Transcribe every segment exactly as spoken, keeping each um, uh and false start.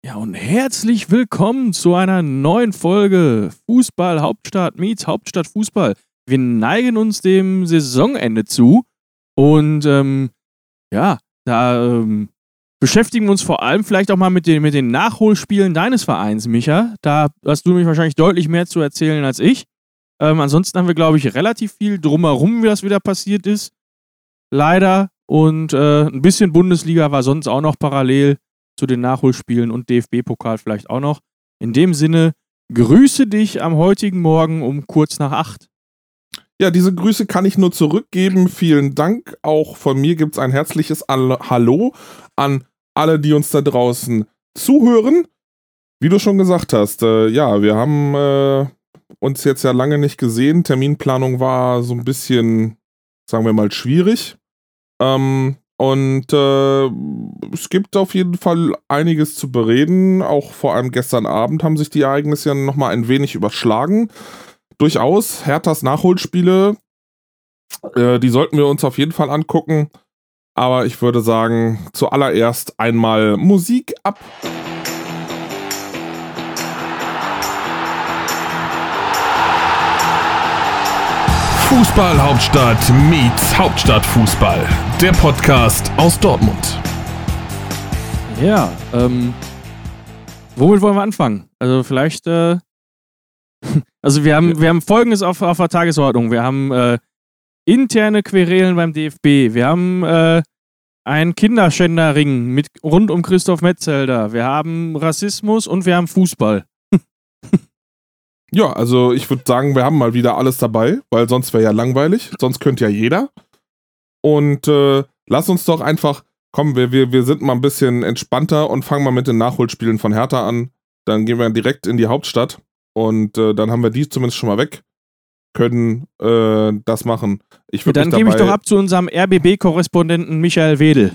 Ja, und herzlich willkommen zu einer neuen Folge Fußball Hauptstadt meets Hauptstadt Fußball. Wir neigen uns dem Saisonende zu und ähm, ja, da ähm, beschäftigen wir uns vor allem vielleicht auch mal mit den, mit den Nachholspielen deines Vereins, Micha. Da hast du mich wahrscheinlich deutlich mehr zu erzählen als ich. Ähm, ansonsten haben wir, glaube ich, relativ viel drumherum, wie das wieder passiert ist. Leider. Und äh, ein bisschen Bundesliga war sonst auch noch parallel zu den Nachholspielen und D F B-Pokal vielleicht auch noch. In dem Sinne, grüße dich am heutigen Morgen um kurz nach acht. Ja, diese Grüße kann ich nur zurückgeben. Vielen Dank. Auch von mir gibt es ein herzliches Hallo an alle, die uns da draußen zuhören. Wie du schon gesagt hast, äh, ja, wir haben äh, uns jetzt ja lange nicht gesehen. Terminplanung war so ein bisschen, sagen wir mal, schwierig. Ähm, und äh, es gibt auf jeden Fall einiges zu bereden. Auch vor allem gestern Abend haben sich die Ereignisse ja nochmal ein wenig überschlagen. Durchaus, Herthas Nachholspiele, äh, die sollten wir uns auf jeden Fall angucken. Aber ich würde sagen, zuallererst einmal Musik ab. Fußball Hauptstadt meets Hauptstadt Fußball, der Podcast aus Dortmund. Ja, ähm, womit wollen wir anfangen? Also vielleicht, äh, also wir haben, wir haben Folgendes auf, auf der Tagesordnung. Wir haben äh, interne Querelen beim D F B. Wir haben äh, einen Kinderschänderring mit rund um Christoph Metzelder. Wir haben Rassismus und wir haben Fußball. Ja, also ich würde sagen, wir haben mal wieder alles dabei, weil sonst wäre ja langweilig. Sonst könnte ja jeder. Und äh, lass uns doch einfach, komm, wir, wir, wir sind mal ein bisschen entspannter und fangen mal mit den Nachholspielen von Hertha an. Dann gehen wir direkt in die Hauptstadt und äh, dann haben wir die zumindest schon mal weg. Können äh, das machen. Ich ja, dann gebe ich doch ab zu unserem R B B-Korrespondenten Michael Wedel.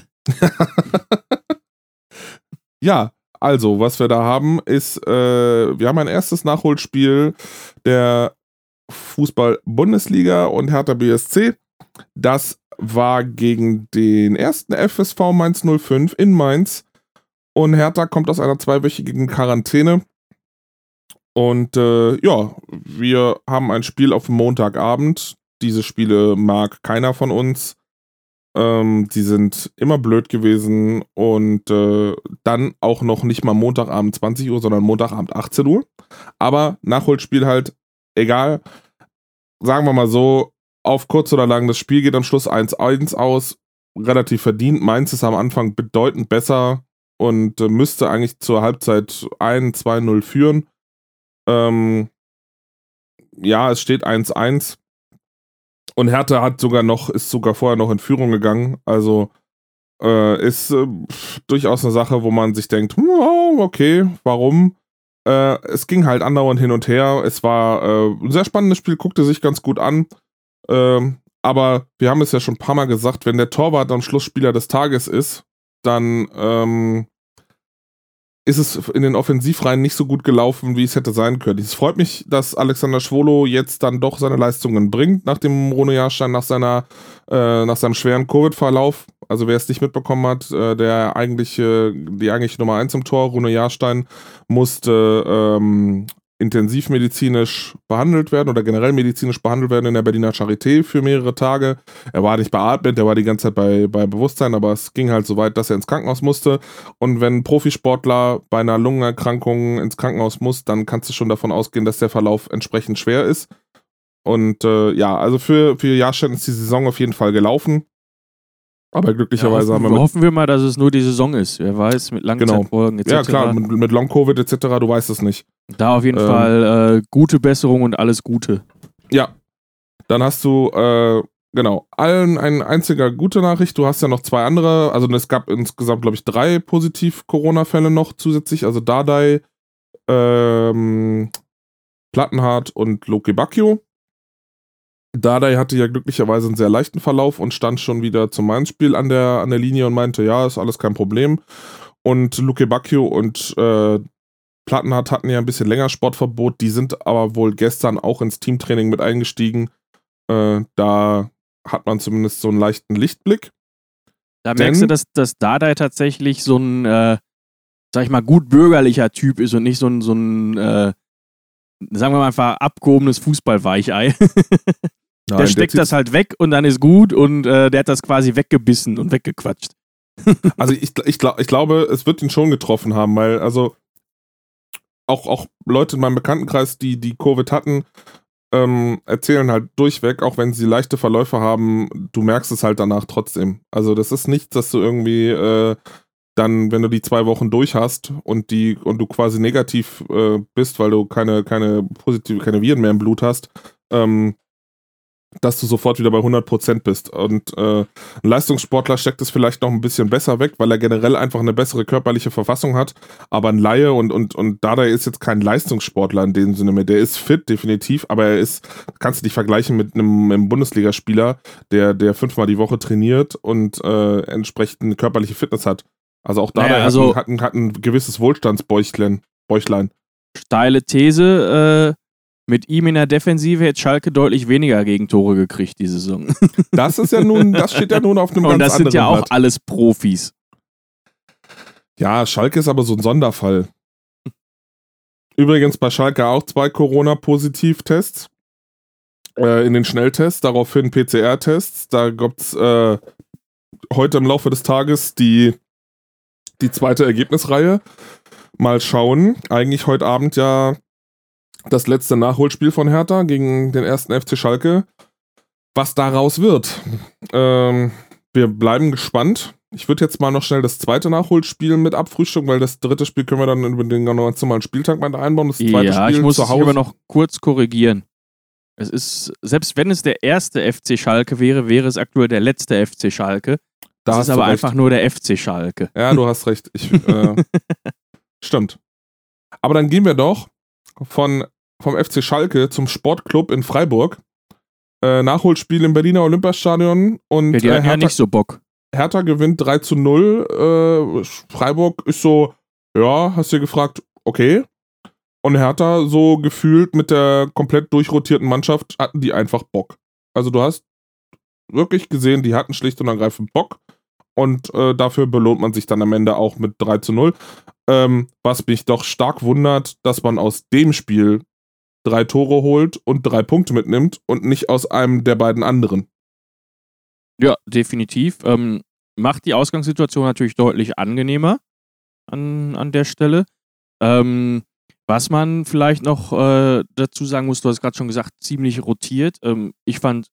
Ja, also, was wir da haben, ist, äh, wir haben ein erstes Nachholspiel der Fußball-Bundesliga und Hertha B S C. Das war gegen den ersten F S V Mainz null fünf in Mainz. Und Hertha kommt aus einer zweiwöchigen Quarantäne. Und äh, ja, wir haben ein Spiel auf Montagabend. Diese Spiele mag keiner von uns. Ähm, die sind immer blöd gewesen und äh, dann auch noch nicht mal Montagabend zwanzig Uhr, sondern Montagabend achtzehn Uhr. Aber Nachholspiel halt, egal. Sagen wir mal so, auf kurz oder lang, das Spiel geht am Schluss eins eins aus. Relativ verdient. Mainz ist am Anfang bedeutend besser und äh, müsste eigentlich zur Halbzeit eins zwei null führen. Ähm, ja, es steht eins eins. Und Hertha hat sogar noch, ist sogar vorher noch in Führung gegangen. Also äh, ist äh, durchaus eine Sache, wo man sich denkt, oh, okay, warum? Äh, es ging halt andauernd hin und her. Es war äh, ein sehr spannendes Spiel, guckte sich ganz gut an. Ähm, aber wir haben es ja schon ein paar Mal gesagt, wenn der Torwart am Schluss Spieler des Tages ist, dann ähm, ist es in den Offensivreihen nicht so gut gelaufen, wie es hätte sein können. Es freut mich, dass Alexander Schwolo jetzt dann doch seine Leistungen bringt, nach dem Bruno Jahrstein, nach seiner, äh, nach seinem schweren Covid-Verlauf. Also wer es nicht mitbekommen hat, äh, der eigentliche, die eigentliche Nummer eins im Tor, Bruno Jahrstein, musste ähm, intensivmedizinisch behandelt werden oder generell medizinisch behandelt werden in der Berliner Charité für mehrere Tage. Er war nicht beatmet, er war die ganze Zeit bei, bei Bewusstsein, aber es ging halt so weit, dass er ins Krankenhaus musste. Und wenn ein Profisportler bei einer Lungenerkrankung ins Krankenhaus muss, dann kannst du schon davon ausgehen, dass der Verlauf entsprechend schwer ist. Und äh, ja, also für, für Jahrstein ist die Saison auf jeden Fall gelaufen. Aber glücklicherweise ja, hoffen, haben wir. Mit, hoffen wir mal, dass es nur die Saison ist. Wer weiß, mit Langzeitfolgen genau. et cetera. Ja, klar, mit, mit Long-Covid et cetera, du weißt es nicht. Da auf jeden ähm, Fall äh, gute Besserung und alles Gute. Ja. Dann hast du, äh, genau, allen eine einzige gute Nachricht. Du hast ja noch zwei andere. Also es gab insgesamt, glaube ich, drei Positiv-Corona-Fälle noch zusätzlich. Also Dardai, ähm, Plattenhardt und Loke Bacchio. Dardai hatte ja glücklicherweise einen sehr leichten Verlauf und stand schon wieder zum Mainz-Spiel an der, an der Linie und meinte, ja, ist alles kein Problem. Und Luke Bacchio und äh, Plattenhardt hatten ja ein bisschen länger Sportverbot, die sind aber wohl gestern auch ins Teamtraining mit eingestiegen. Äh, da hat man zumindest so einen leichten Lichtblick. Da merkst Denn, du, dass, dass Dardai tatsächlich so ein, äh, sag ich mal, gut bürgerlicher Typ ist und nicht so ein, so ein äh, sagen wir mal einfach, abgehobenes Fußballweichei. Nein, der steckt der das halt weg und dann ist gut und äh, der hat das quasi weggebissen und weggequatscht. Also ich, ich, glaub, ich glaube, es wird ihn schon getroffen haben, weil also auch, auch Leute in meinem Bekanntenkreis, die, die Covid hatten, ähm, erzählen halt durchweg, auch wenn sie leichte Verläufe haben, du merkst es halt danach trotzdem. Also das ist nichts, dass du irgendwie äh, dann, wenn du die zwei Wochen durch hast und die und du quasi negativ äh, bist, weil du keine, keine positive, keine Viren mehr im Blut hast, ähm, dass du sofort wieder bei hundert Prozent bist. Und äh, ein Leistungssportler steckt es vielleicht noch ein bisschen besser weg, weil er generell einfach eine bessere körperliche Verfassung hat. Aber ein Laie und, und, und Dardai ist jetzt kein Leistungssportler in dem Sinne mehr. Der ist fit, definitiv, aber er ist, kannst du dich vergleichen mit einem, einem Bundesligaspieler, der, der fünfmal die Woche trainiert und äh, entsprechend eine körperliche Fitness hat. Also auch Dardai naja, also hat, ein, hat, ein, hat ein gewisses Wohlstandsbäuchlein. Bäuchlein. Steile These, äh, mit ihm in der Defensive hätte Schalke deutlich weniger Gegentore gekriegt diese Saison. Das ist ja nun, das steht ja nun auf einem ganz anderen Und das sind ja auch Blatt. alles Profis. Ja, Schalke ist aber so ein Sonderfall. Übrigens bei Schalke auch zwei Corona-Positiv-Tests äh, in den Schnelltests, daraufhin P C R-Tests. Da gibt's äh, heute im Laufe des Tages die, die zweite Ergebnisreihe. Mal schauen. Eigentlich heute Abend ja das letzte Nachholspiel von Hertha gegen den ersten F C Schalke. Was daraus wird. Ähm, wir bleiben gespannt. Ich würde jetzt mal noch schnell das zweite Nachholspiel mit abfrühstücken, weil das dritte Spiel können wir dann über den ganz normalen Spieltag mal einbauen. Das zweite ja, Spiel ich muss zu es Hause. aber noch kurz korrigieren. Es ist, selbst wenn es der erste F C Schalke wäre, wäre es aktuell der letzte F C Schalke. Das Da ist hast aber du recht. einfach nur der F C Schalke. Ja, du hast recht. Ich, äh, stimmt. Aber dann gehen wir doch von, vom F C Schalke zum Sportclub in Freiburg. Äh, Nachholspiel im Berliner Olympiastadion. Und Ja, die äh, hatten ja Hertha, nicht so Bock. Hertha gewinnt drei zu null. Äh, Freiburg ist so, ja, hast du gefragt, okay. Und Hertha so gefühlt mit der komplett durchrotierten Mannschaft hatten die einfach Bock. Also du hast wirklich gesehen, die hatten schlicht und ergreifend Bock. Und äh, dafür belohnt man sich dann am Ende auch mit drei zu null. Ähm, was mich doch stark wundert, dass man aus dem Spiel drei Tore holt und drei Punkte mitnimmt und nicht aus einem der beiden anderen. Ja, definitiv. Ähm, macht die Ausgangssituation natürlich deutlich angenehmer an, an der Stelle. Ähm, was man vielleicht noch äh, dazu sagen muss, du hast gerade schon gesagt, ziemlich rotiert. Ähm, ich fand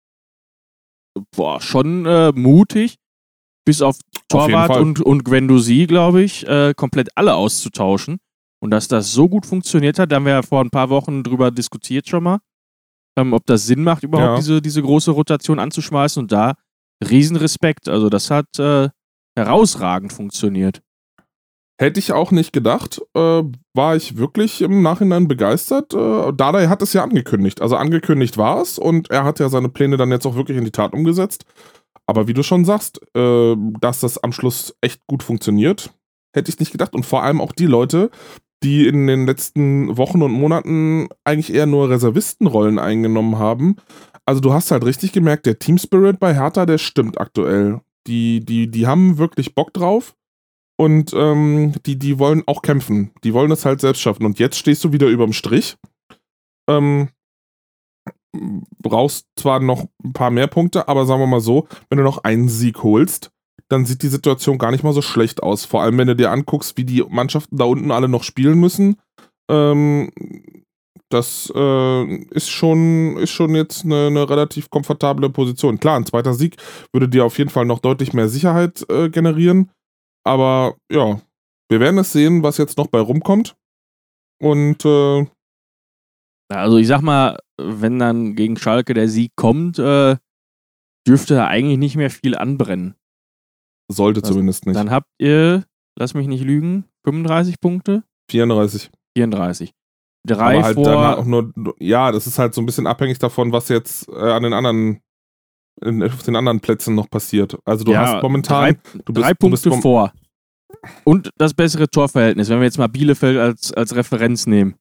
boah, schon äh, mutig, bis auf Torwart Fall. und, und Guendouzi, glaube ich, äh, komplett alle auszutauschen. Und dass das so gut funktioniert hat, da haben wir ja vor ein paar Wochen drüber diskutiert schon mal, ähm, ob das Sinn macht, überhaupt Ja. diese, diese große Rotation anzuschmeißen. Und da Riesenrespekt. Also das hat äh, herausragend funktioniert. Hätte ich auch nicht gedacht, äh, war ich wirklich im Nachhinein begeistert. Äh, Dardai hat es ja angekündigt. Also angekündigt war es und er hat ja seine Pläne dann jetzt auch wirklich in die Tat umgesetzt. Aber wie du schon sagst, äh, dass das am Schluss echt gut funktioniert, hätte ich nicht gedacht. Und vor allem auch die Leute, die in den letzten Wochen und Monaten eigentlich eher nur Reservistenrollen eingenommen haben. Also du hast halt richtig gemerkt, der Team Spirit bei Hertha, der stimmt aktuell. Die, die, die haben wirklich Bock drauf und ähm, die, die wollen auch kämpfen. Die wollen es halt selbst schaffen. Und jetzt stehst du wieder überm Strich. Ähm, brauchst zwar noch ein paar mehr Punkte, aber sagen wir mal so, wenn du noch einen Sieg holst, dann sieht die Situation gar nicht mal so schlecht aus. Vor allem, wenn du dir anguckst, wie die Mannschaften da unten alle noch spielen müssen. Ähm, das äh, ist, schon, ist schon jetzt eine, eine relativ komfortable Position. Klar, ein zweiter Sieg würde dir auf jeden Fall noch deutlich mehr Sicherheit äh, generieren. Aber ja, wir werden es sehen, was jetzt noch bei rumkommt. Und äh, Also ich sag mal, wenn dann gegen Schalke der Sieg kommt, äh, dürfte da eigentlich nicht mehr viel anbrennen. sollte Also, zumindest nicht. Dann habt ihr, lass mich nicht lügen, fünfunddreißig Punkte? vierunddreißig. vierunddreißig. Drei Aber halt vor... danach auch nur, ja, das ist halt so ein bisschen abhängig davon, was jetzt äh, an den anderen, in, auf den anderen Plätzen noch passiert. Also du ja, hast momentan, drei, du bist, drei du bist Punkte mom- vor. Und das bessere Torverhältnis, wenn wir jetzt mal Bielefeld als, als Referenz nehmen.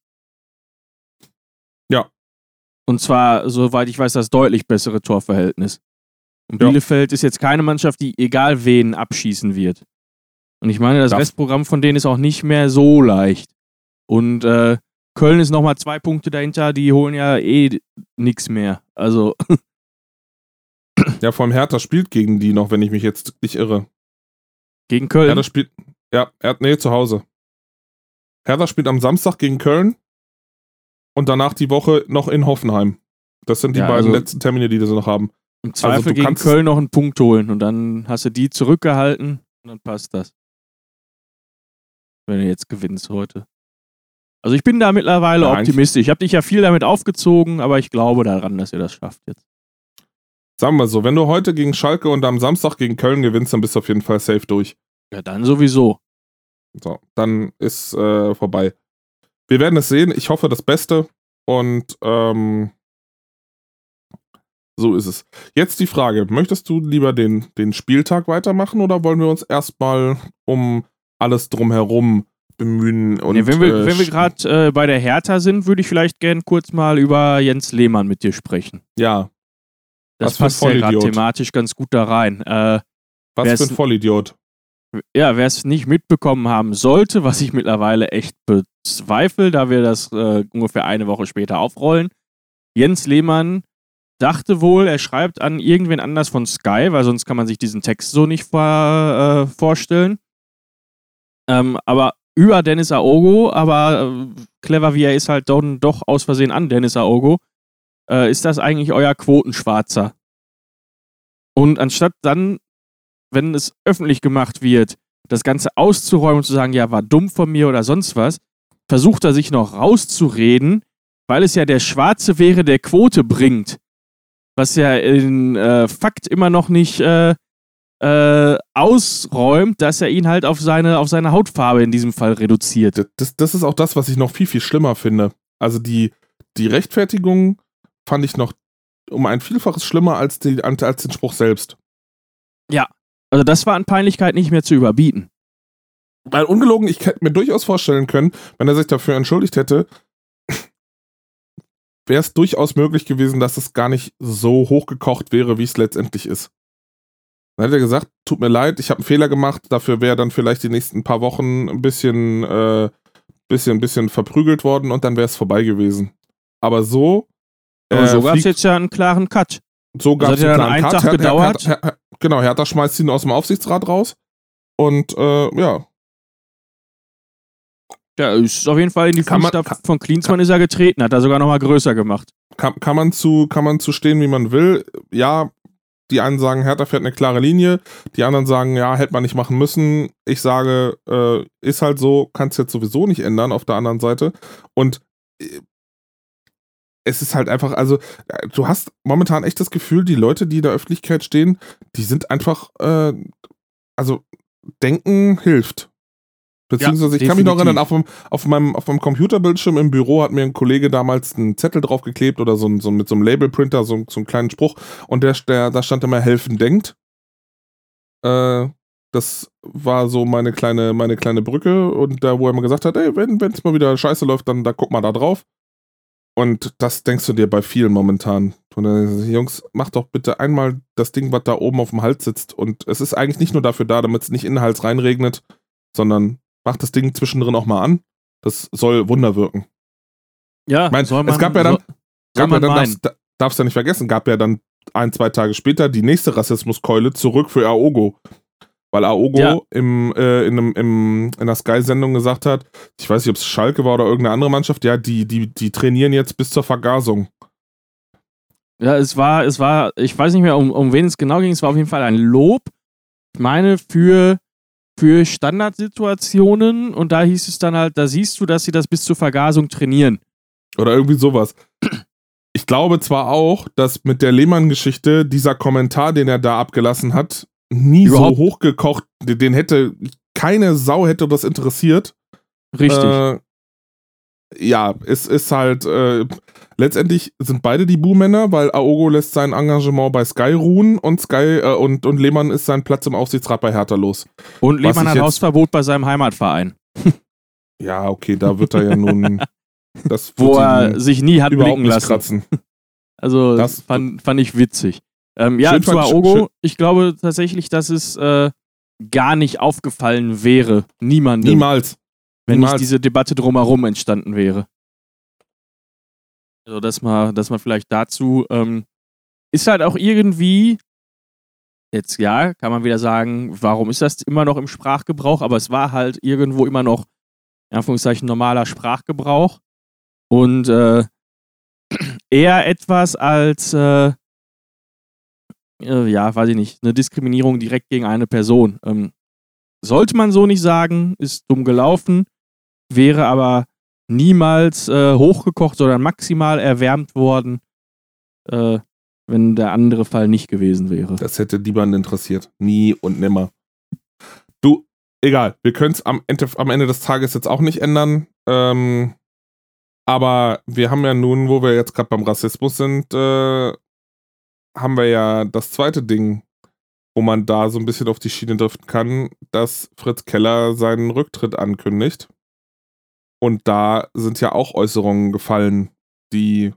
Ja. Und zwar, soweit ich weiß, das deutlich bessere Torverhältnis. Und Ja. Bielefeld ist jetzt keine Mannschaft, die egal wen abschießen wird. Und ich meine, das Darf- Restprogramm von denen ist auch nicht mehr so leicht. Und äh, Köln ist nochmal zwei Punkte dahinter, die holen ja eh nichts mehr. Also, Ja, vor allem Hertha spielt gegen die noch, wenn ich mich jetzt nicht irre. gegen Köln. Hertha spielt, ja, er hat, nee, zu Hause. Hertha spielt am Samstag gegen Köln und danach die Woche noch in Hoffenheim. Das sind die Ja, beiden also- letzten Termine, die sie noch haben. Im Zweifel also du gegen kannst- Köln noch einen Punkt holen und dann hast du die zurückgehalten und dann passt das. Wenn du jetzt gewinnst heute. Also ich bin da mittlerweile Ja, eigentlich- optimistisch. Ich habe dich ja viel damit aufgezogen, aber ich glaube daran, dass ihr das schafft jetzt. Sagen wir so, wenn du heute gegen Schalke und am Samstag gegen Köln gewinnst, dann bist du auf jeden Fall safe durch. Ja, dann sowieso. So, dann ist äh, vorbei. Wir werden es sehen. Ich hoffe das Beste und ähm, so ist es. Jetzt die Frage, möchtest du lieber den, den Spieltag weitermachen oder wollen wir uns erstmal um alles drumherum bemühen? Und, Nee, wenn wir, äh, wenn wir gerade äh, bei der Hertha sind, würde ich vielleicht gern kurz mal über Jens Lehmann mit dir sprechen. Ja, Das Was für ein passt ja gerade Vollidiot. thematisch ganz gut da rein. Äh, was wer für ist- ein Vollidiot. ja, wer es nicht mitbekommen haben sollte, was ich mittlerweile echt bezweifle, da wir das äh, ungefähr eine Woche später aufrollen. Jens Lehmann dachte wohl, er schreibt an irgendwen anders von Sky, weil sonst kann man sich diesen Text so nicht vor, äh, vorstellen. Ähm, aber über Dennis Aogo, aber äh, clever wie er ist, halt dann doch aus Versehen an Dennis Aogo, äh, ist das eigentlich euer Quotenschwarzer. Und anstatt dann, wenn es öffentlich gemacht wird, das Ganze auszuräumen und zu sagen, ja, war dumm von mir oder sonst was, versucht er sich noch rauszureden, weil es ja der Schwarze wäre, der Quote bringt. Was ja in äh, Fakt immer noch nicht äh, äh, ausräumt, dass er ihn halt auf seine, auf seine Hautfarbe in diesem Fall reduziert. Das, das, das ist auch das, was ich noch viel, viel schlimmer finde. Also die, die Rechtfertigung fand ich noch um ein Vielfaches schlimmer als, die, als den Spruch selbst. Also das war an Peinlichkeit nicht mehr zu überbieten. Weil ungelogen, ich hätte mir durchaus vorstellen können, wenn er sich dafür entschuldigt hätte, wäre es durchaus möglich gewesen, dass es gar nicht so hochgekocht wäre, wie es letztendlich ist. Dann hat er gesagt, tut mir leid, ich habe einen Fehler gemacht, dafür wäre dann vielleicht die nächsten paar Wochen ein bisschen, äh, bisschen, bisschen verprügelt worden und dann wäre es vorbei gewesen. Aber so Aber äh, so gab es fliegt- jetzt ja einen klaren Cut. so gab es hat ja dann einen Tag gedauert. Her, Her, Her, genau, Hertha schmeißt ihn aus dem Aufsichtsrat raus. Und äh, ja, Ja, ist auf jeden Fall in die Kann man- Fußstapfen von Klinsmann ist er getreten, hat er sogar nochmal größer gemacht. kann, kann, man zu, kann man zu stehen, wie man will. Ja, die einen sagen, Hertha fährt eine klare Linie. Die anderen sagen, ja, hätte man nicht machen müssen. Ich sage, äh, ist halt so, kannst jetzt sowieso nicht ändern auf der anderen Seite. Und äh, es ist halt einfach, also äh, du hast momentan echt das Gefühl, die Leute, die in der Öffentlichkeit stehen, die sind einfach, äh, also denken hilft. Beziehungsweise, ich kann mich noch definitiv. erinnern, auf, dem, auf, meinem, auf meinem Computerbildschirm im Büro hat mir ein Kollege damals einen Zettel draufgeklebt oder so, ein- so mit so einem Labelprinter, so, so einen kleinen Spruch. Und der, der, da stand immer helfen denkt. Äh, das war so meine kleine, meine kleine Brücke. Und da, wo er immer gesagt hat, ey, wenn es mal wieder scheiße läuft, dann da guck mal da drauf. Und das denkst du dir bei vielen momentan. Und dann, Jungs, mach doch bitte einmal das Ding, was da oben auf dem Hals sitzt. Und es ist eigentlich nicht nur dafür da, damit es nicht in den Hals reinregnet, sondern mach das Ding zwischendrin auch mal an. Das soll Wunder wirken. Ja, Ich mein, soll man, es gab ja dann, soll, soll gab ja man dann meinen. darfst, darfst ja nicht vergessen, gab ja dann ein, zwei Tage später die nächste Rassismuskeule zurück für Aogo. Weil Aogo Ja. im, äh, in, einem, im, in einer Sky-Sendung gesagt hat, ich weiß nicht, ob es Schalke war oder irgendeine andere Mannschaft, ja, die, die, die trainieren jetzt bis zur Vergasung. Ja, es war, es war, ich weiß nicht mehr, um, um wen es genau ging, es war auf jeden Fall ein Lob. Ich meine, für, für Standardsituationen und da hieß es dann halt, da siehst du, dass sie das bis zur Vergasung trainieren. Oder irgendwie sowas. Ich glaube zwar auch, dass mit der Lehmann-Geschichte dieser Kommentar, den er da abgelassen hat, nie Überhaupt- so hochgekocht, den hätte, keine Sau hätte das interessiert. Richtig. Äh, ja, es ist halt, äh, letztendlich sind beide die Buhmänner, weil Aogo lässt sein Engagement bei Sky ruhen und Sky äh, und, und Lehmann ist seinen Platz im Aufsichtsrat bei Hertha los. und was Lehmann ich hat jetzt- Hausverbot bei seinem Heimatverein, Ja, okay, da wird er ja nun, das wo wird er ihn sich nie hat überhaupt blicken nicht lassen. kratzen. Also Das- fand, fand ich witzig. Ähm, ja, Schön zu fand- Aogo, schön- ich glaube tatsächlich, dass es, äh, gar nicht aufgefallen wäre. Niemandem. Niemals. Wenn Niemals. nicht diese Debatte drumherum entstanden wäre. Also, dass man, dass man vielleicht dazu, ähm, ist halt auch irgendwie, jetzt ja, kann man wieder sagen, warum ist das immer noch im Sprachgebrauch, aber es war halt irgendwo immer noch, in Anführungszeichen, normaler Sprachgebrauch und äh, eher etwas als, äh, äh, ja, weiß ich nicht, eine Diskriminierung direkt gegen eine Person. Ähm, sollte man so nicht sagen, ist dumm gelaufen, wäre aber niemals äh, hochgekocht, sondern maximal erwärmt worden, äh, wenn der andere Fall nicht gewesen wäre. Das hätte niemanden interessiert. Nie und nimmer. Du, egal. Wir können es am Ende, am Ende des Tages jetzt auch nicht ändern. Ähm, aber wir haben ja nun, wo wir jetzt gerade beim Rassismus sind, äh, haben wir ja das zweite Ding, wo man da so ein bisschen auf die Schiene driften kann, dass Fritz Keller seinen Rücktritt ankündigt. Und da sind ja auch Äußerungen gefallen, die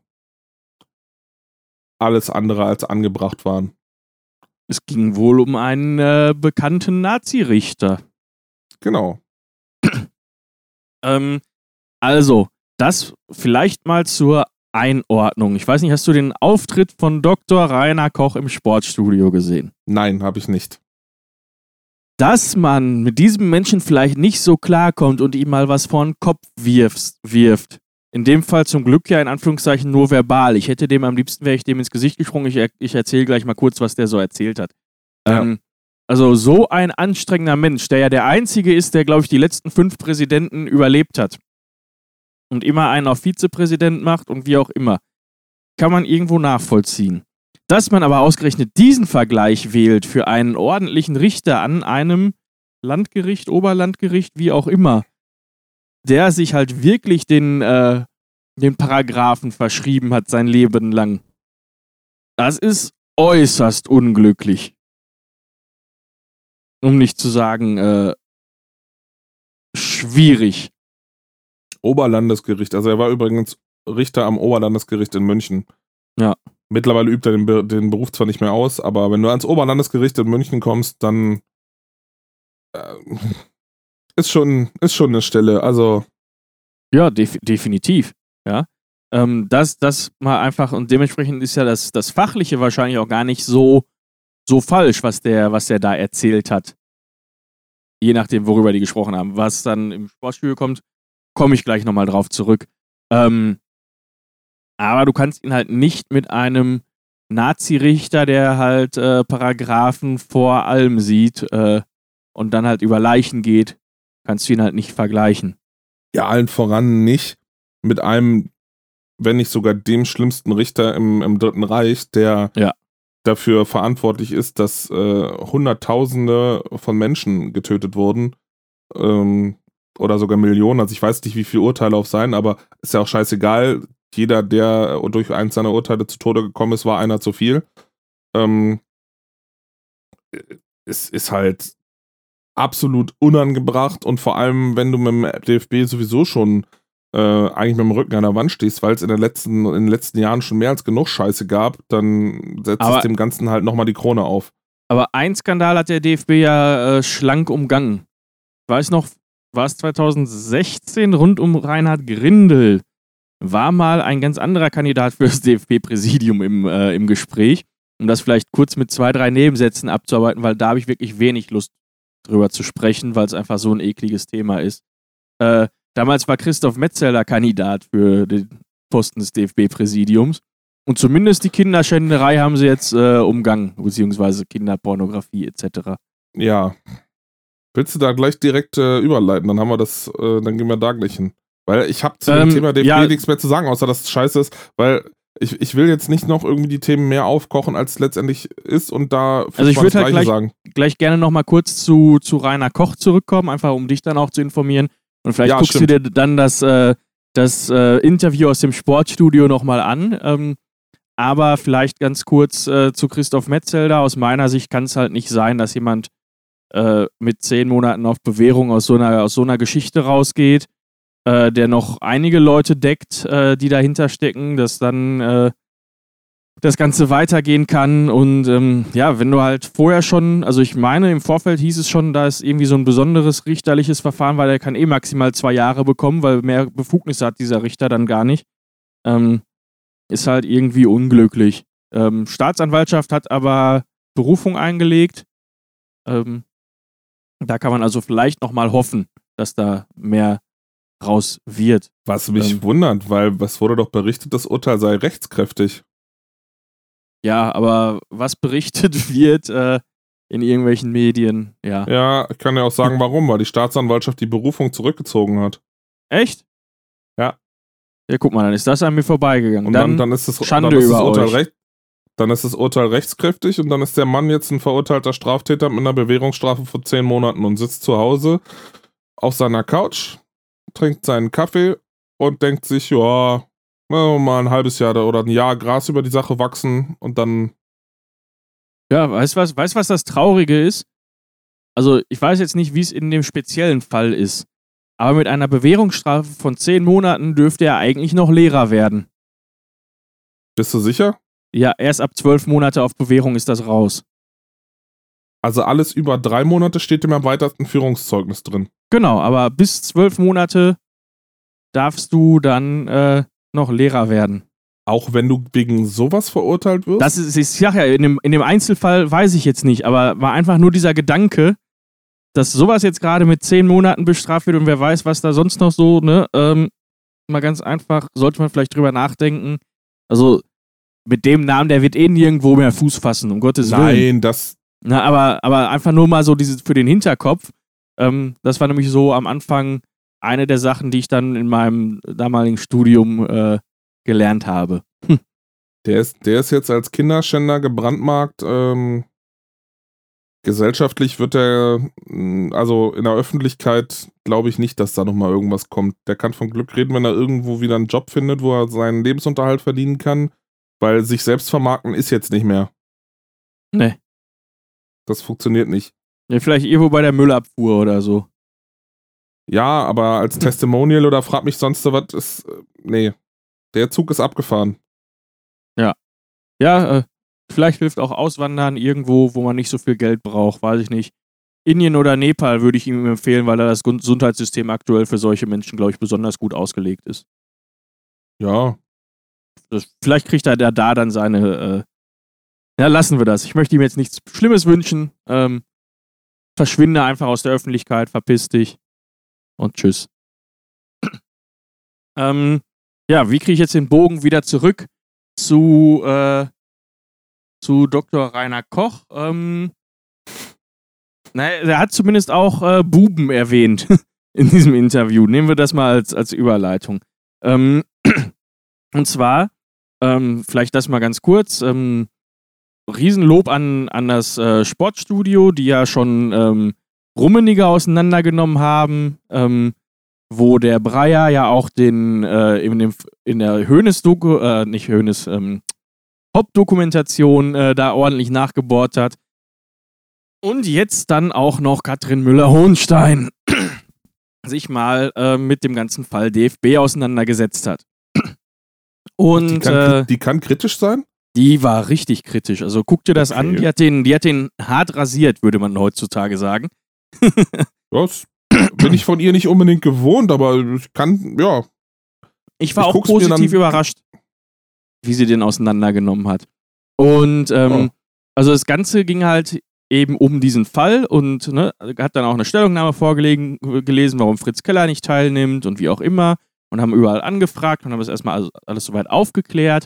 alles andere als angebracht waren. Es ging wohl um einen äh, bekannten Nazi-Richter. Genau. Ähm, also, das vielleicht mal zur Einordnung. Ich weiß nicht, hast du den Auftritt von Doktor Rainer Koch im Sportstudio gesehen? Nein, habe ich nicht. Dass man mit diesem Menschen vielleicht nicht so klarkommt und ihm mal was vor den Kopf wirfst, wirft. In dem Fall zum Glück ja in Anführungszeichen nur verbal. Ich hätte dem am liebsten, wäre ich dem ins Gesicht gesprungen. Ich, er, ich erzähle gleich mal kurz, was der so erzählt hat. Ja. Ähm, also so ein anstrengender Mensch, der ja der Einzige ist, der, glaube ich, die letzten fünf Präsidenten überlebt hat. Und immer einen auf Vizepräsident macht und wie auch immer. Kann man irgendwo nachvollziehen. Dass man aber ausgerechnet diesen Vergleich wählt für einen ordentlichen Richter an einem Landgericht, Oberlandgericht, wie auch immer, der sich halt wirklich den, äh, den Paragraphen verschrieben hat sein Leben lang. Das ist äußerst unglücklich. Um nicht zu sagen, äh, schwierig. Oberlandesgericht. Also er war übrigens Richter am Oberlandesgericht in München. Ja. Mittlerweile übt er den, Be- den Beruf zwar nicht mehr aus, aber wenn du ans Oberlandesgericht in München kommst, dann äh, ist schon, ist schon eine Stelle. Also Ja, def- definitiv. Ja. Ähm, das, das mal einfach, und dementsprechend ist ja das, das Fachliche wahrscheinlich auch gar nicht so, so falsch, was der, was der da erzählt hat. Je nachdem, worüber die gesprochen haben. Was dann im Sportstudio kommt, komme ich gleich nochmal drauf zurück. Ähm, aber du kannst ihn halt nicht mit einem Nazi-Richter, der halt äh, Paragraphen vor allem sieht äh, und dann halt über Leichen geht, kannst du ihn halt nicht vergleichen. ja, allen voran nicht mit einem, wenn nicht sogar dem schlimmsten Richter im, im Dritten Reich, der Ja. dafür verantwortlich ist, dass äh, Hunderttausende von Menschen getötet wurden. Ähm, oder sogar Millionen. Also ich weiß nicht, wie viele Urteile auf sein, aber ist ja auch scheißegal. Jeder, der durch eins seiner Urteile zu Tode gekommen ist, war einer zu viel. Ähm, es ist halt absolut unangebracht und vor allem, wenn du mit dem D F B sowieso schon äh, eigentlich mit dem Rücken an der Wand stehst, weil es in, der letzten, in den letzten Jahren schon mehr als genug Scheiße gab, dann setzt Aber- es dem Ganzen halt nochmal die Krone auf. Aber ein Skandal hat der D F B ja äh, schlank umgangen. Ich weiß noch, war es zwanzig sechzehn rund um Reinhard Grindel, war mal ein ganz anderer Kandidat für das D F B-Präsidium im, äh, im Gespräch, um das vielleicht kurz mit zwei, drei Nebensätzen abzuarbeiten, weil da habe ich wirklich wenig Lust drüber zu sprechen, weil es einfach so ein ekliges Thema ist. Äh, damals war Christoph Metzelder Kandidat für den Posten des D F B-Präsidiums und zumindest die Kinderschänderei haben sie jetzt äh, umgangen, beziehungsweise Kinderpornografie et cetera. Ja. Willst du da gleich direkt äh, überleiten? Dann haben wir das, äh, dann gehen wir da gleich hin. Weil ich habe zu Ähm, dem Thema D F B ja. nichts mehr zu sagen, außer dass es scheiße ist, weil ich, ich will jetzt nicht noch irgendwie die Themen mehr aufkochen, als es letztendlich ist und da Also ich das würd halt Gleiche gleich- sagen. Gleich gerne nochmal kurz zu, zu Rainer Koch zurückkommen, einfach um dich dann auch zu informieren. Und vielleicht Ja, guckst stimmt. du dir dann das, äh, das äh, Interview aus dem Sportstudio nochmal an. Ähm, aber vielleicht ganz kurz äh, zu Christoph Metzelder. Aus meiner Sicht kann es halt nicht sein, dass jemand äh, mit zehn Monaten auf Bewährung aus so einer, aus so einer Geschichte rausgeht, äh, der noch einige Leute deckt, äh, die dahinter stecken, dass dann äh, das Ganze weitergehen kann. Und ähm, ja, wenn du halt vorher schon, also ich meine, im Vorfeld hieß es schon, da ist irgendwie so ein besonderes richterliches Verfahren, weil er kann eh maximal zwei Jahre bekommen, weil mehr Befugnisse hat dieser Richter dann gar nicht. Ähm, ist halt irgendwie unglücklich. Ähm, Staatsanwaltschaft hat aber Berufung eingelegt. Ähm, da kann man also vielleicht nochmal hoffen, dass da mehr raus wird. Was mich ähm, wundert, weil es wurde doch berichtet, das Urteil sei rechtskräftig. Ja, aber was berichtet wird äh, in irgendwelchen Medien, ja. Ja, ich kann ja auch sagen, warum, weil die Staatsanwaltschaft die Berufung zurückgezogen hat. Echt? Ja. Ja, guck mal, dann ist das an mir vorbeigegangen. Und dann, dann, dann ist das, Schande dann ist über das Urteil euch. recht, dann ist das Urteil rechtskräftig und dann ist der Mann jetzt ein verurteilter Straftäter mit einer Bewährungsstrafe von zehn Monaten und sitzt zu Hause auf seiner Couch, trinkt seinen Kaffee und denkt sich, ja, mal ein halbes Jahr oder ein Jahr Gras über die Sache wachsen und dann. Ja, weißt du was, weißt, was das Traurige ist? Also, ich weiß jetzt nicht, wie es in dem speziellen Fall ist, aber mit einer Bewährungsstrafe von zehn Monaten dürfte er eigentlich noch Lehrer werden. Bist du sicher? Ja, erst ab zwölf Monate auf Bewährung ist das raus. Also alles über drei Monate steht im erweiterten Führungszeugnis drin. Genau, aber bis zwölf Monate darfst du dann äh, noch Lehrer werden. Auch wenn du wegen sowas verurteilt wirst? Das ist, ich sag ja, in dem, in dem Einzelfall weiß ich jetzt nicht, aber war einfach nur dieser Gedanke, dass sowas jetzt gerade mit zehn Monaten bestraft wird und wer weiß, was da sonst noch so, ne, ähm, mal ganz einfach, sollte man vielleicht drüber nachdenken. Also, mit dem Namen, der wird eh nirgendwo mehr Fuß fassen, um Gottes Willen. Nein, das. Na, aber, aber einfach nur mal so dieses für den Hinterkopf. Ähm, das war nämlich so am Anfang eine der Sachen, die ich dann in meinem damaligen Studium äh, gelernt habe. Hm. Der ist, der ist jetzt als Kinderschänder gebrandmarkt. Ähm, gesellschaftlich wird er, also in der Öffentlichkeit, glaube ich nicht, dass da nochmal irgendwas kommt. Der kann von Glück reden, wenn er irgendwo wieder einen Job findet, wo er seinen Lebensunterhalt verdienen kann, weil sich selbst vermarkten ist jetzt nicht mehr. Nee. Das funktioniert nicht. Ja, vielleicht irgendwo bei der Müllabfuhr oder so. Ja, aber als Testimonial oder frag mich sonst was ist, nee. Der Zug ist abgefahren. Ja. Ja, äh, vielleicht hilft auch Auswandern irgendwo, wo man nicht so viel Geld braucht, weiß ich nicht. Indien oder Nepal würde ich ihm empfehlen, weil da das Gesundheitssystem aktuell für solche Menschen, glaube ich, besonders gut ausgelegt ist. Ja. Das, vielleicht kriegt er da, da dann seine, äh, ja, lassen wir das. Ich möchte ihm jetzt nichts Schlimmes wünschen. Ähm, verschwinde einfach aus der Öffentlichkeit, verpiss dich und tschüss. ähm, ja, wie kriege ich jetzt den Bogen wieder zurück zu, äh, zu Doktor Rainer Koch? Ähm, naja, er hat zumindest auch äh, Buben erwähnt in diesem Interview. Nehmen wir das mal als, als Überleitung. Ähm, und zwar, ähm, vielleicht das mal ganz kurz, ähm, Riesenlob an, an das äh, Sportstudio, die ja schon ähm, Rummenigge auseinandergenommen haben, ähm, wo der Breyer ja auch den äh, in, dem, in der Hoeneß-Doku, äh, nicht Hoeneß, ähm, Hauptdokumentation äh, da ordentlich nachgebohrt hat. Und jetzt dann auch noch Katrin Müller-Hohenstein sich mal äh, mit dem ganzen Fall D F B auseinandergesetzt hat. Und die kann, äh, die kann kritisch sein? Die war richtig kritisch. Also guck dir das Okay. an. Die hat, den, die hat den hart rasiert, würde man heutzutage sagen. Das bin ich von ihr nicht unbedingt gewohnt, aber ich kann, ja. Ich war Ich auch guck's mir positiv dann- überrascht, wie sie den auseinandergenommen hat. Und ähm, Oh. also das Ganze ging halt eben um diesen Fall und ne, hat dann auch eine Stellungnahme vorgelesen, gelesen, warum Fritz Keller nicht teilnimmt und wie auch immer. Und haben überall angefragt und haben das erstmal alles, alles soweit aufgeklärt.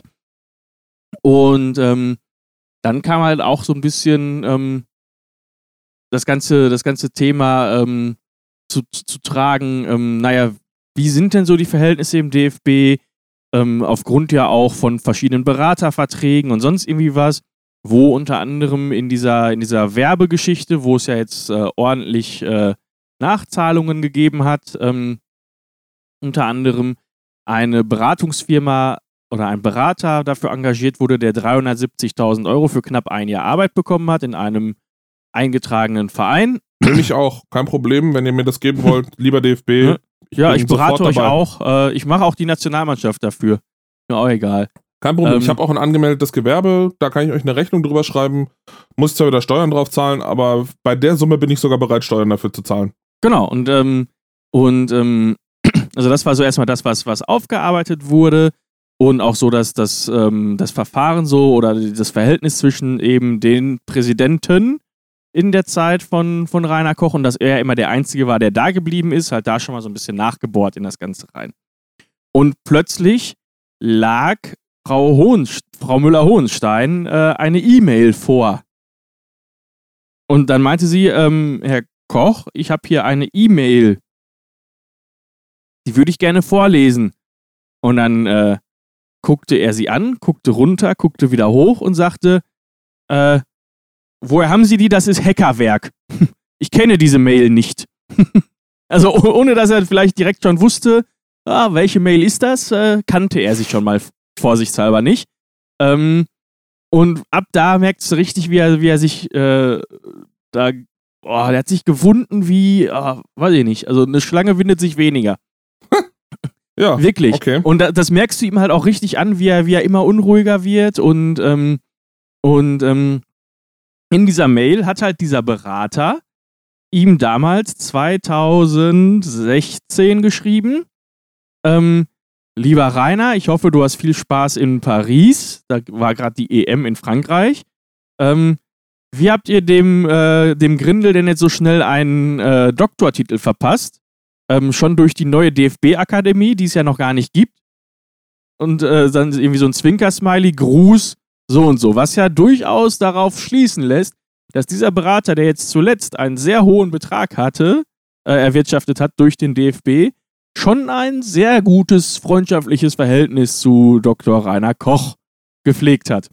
Und ähm, dann kam halt auch so ein bisschen ähm, das, ganze, das ganze Thema ähm, zu, zu, zu tragen, ähm, naja, wie sind denn so die Verhältnisse im D F B, ähm, aufgrund ja auch von verschiedenen Beraterverträgen und sonst irgendwie was, wo unter anderem in dieser, in dieser Werbegeschichte, wo es ja jetzt äh, ordentlich äh, Nachzahlungen gegeben hat, ähm, unter anderem eine Beratungsfirma oder ein Berater dafür engagiert wurde, der dreihundertsiebzigtausend Euro für knapp ein Jahr Arbeit bekommen hat in einem eingetragenen Verein. Nehme ich auch. Kein Problem, wenn ihr mir das geben wollt. Lieber D F B. Ja, bin ich berate sofort euch dabei. auch. Äh, ich mache auch die Nationalmannschaft dafür. Mir auch egal. Kein Problem. Ähm, ich habe auch ein angemeldetes Gewerbe, da kann ich euch eine Rechnung drüber schreiben. Muss zwar wieder Steuern drauf zahlen, aber bei der Summe bin ich sogar bereit, Steuern dafür zu zahlen. Genau, und, ähm, und ähm, also das war so erstmal das, was, was aufgearbeitet wurde und auch so, dass das, ähm, das Verfahren so oder das Verhältnis zwischen eben den Präsidenten in der Zeit von, von Rainer Koch und dass er immer der Einzige war, der da geblieben ist, halt da schon mal so ein bisschen nachgebohrt in das Ganze rein. Und plötzlich lag Frau, Hohenst- Frau Müller-Hohenstein äh, eine E-Mail vor. Und dann meinte sie, ähm, Herr Koch, ich habe hier eine E-Mail, die würde ich gerne vorlesen. Und dann äh, guckte er sie an, guckte runter, guckte wieder hoch und sagte, äh, woher haben Sie die? Das ist Hackerwerk. Ich kenne diese Mail nicht. Also oh- ohne, dass er vielleicht direkt schon wusste, ah, welche Mail ist das, äh, kannte er sich schon mal vorsichtshalber nicht. Ähm, und ab da merkst du richtig, wie er, wie er sich äh, da, oh, der hat sich gewunden wie, ah, weiß ich nicht, also eine Schlange windet sich weniger. Ja, Wirklich. okay. Und da, das merkst du ihm halt auch richtig an, wie er, wie er immer unruhiger wird und, ähm, und ähm, in dieser Mail hat halt dieser Berater ihm damals zweitausendsechzehn geschrieben, ähm, lieber Rainer, ich hoffe, du hast viel Spaß in Paris. Da war gerade die E M in Frankreich. Ähm, wie habt ihr dem, äh, dem Grindel denn jetzt so schnell einen äh, Doktortitel verpasst? Ähm, schon durch die neue D F B-Akademie, die es ja noch gar nicht gibt. Und äh, dann irgendwie so ein Zwinker-Smiley, Gruß, so und so. Was ja durchaus darauf schließen lässt, dass dieser Berater, der jetzt zuletzt einen sehr hohen Betrag hatte, äh, erwirtschaftet hat durch den D F B, schon ein sehr gutes freundschaftliches Verhältnis zu Doktor Rainer Koch gepflegt hat.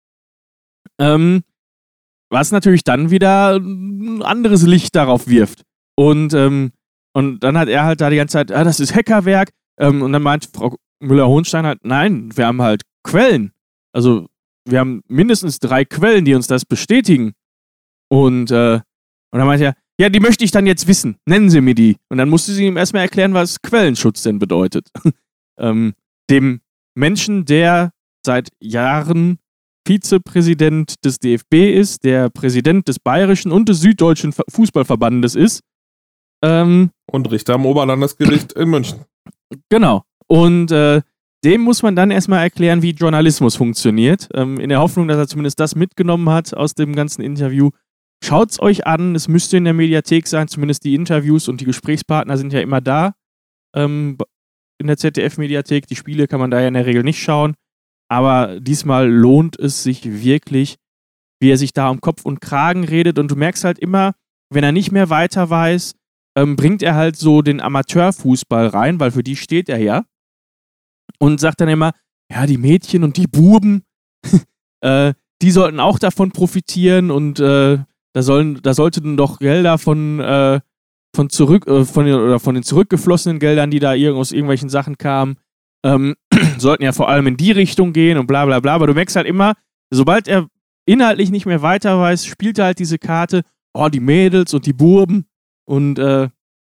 Ähm, was natürlich dann wieder ein anderes Licht darauf wirft. Und, ähm, und dann hat er halt da die ganze Zeit, ah, das ist Hackerwerk. Ähm, und dann meint Frau Müller-Hohenstein halt, nein, wir haben halt Quellen. Also wir haben mindestens drei Quellen, die uns das bestätigen. Und, äh, und dann meinte er, ja, die möchte ich dann jetzt wissen. Nennen Sie mir die. Und dann musste sie ihm erstmal erklären, was Quellenschutz denn bedeutet. ähm, dem Menschen, der seit Jahren Vizepräsident des D F B ist, der Präsident des Bayerischen und des Süddeutschen Fußballverbandes ist. Ähm, Und Richter am Oberlandesgericht in München. Genau. Und äh, dem muss man dann erstmal erklären, wie Journalismus funktioniert. Ähm, in der Hoffnung, dass er zumindest das mitgenommen hat aus dem ganzen Interview. Schaut's euch an, es müsste in der Mediathek sein, zumindest die Interviews und die Gesprächspartner sind ja immer da. Ähm, in der Z D F-Mediathek, die Spiele kann man da ja in der Regel nicht schauen. Aber diesmal lohnt es sich wirklich, wie er sich da um Kopf und Kragen redet. Und du merkst halt immer, wenn er nicht mehr weiter weiß, ähm, bringt er halt so den Amateurfußball rein, weil für die steht er ja. Und sagt dann immer, ja, die Mädchen und die Buben, äh, die sollten auch davon profitieren und äh, da sollen, da sollten doch Gelder von, äh, von zurück, äh, von den, oder von den zurückgeflossenen Geldern, die da irg- aus irgendwelchen Sachen kamen, ähm, sollten ja vor allem in die Richtung gehen und bla bla bla. Aber du merkst halt immer, sobald er inhaltlich nicht mehr weiter weiß, spielt er halt diese Karte, oh, die Mädels und die Burben und äh,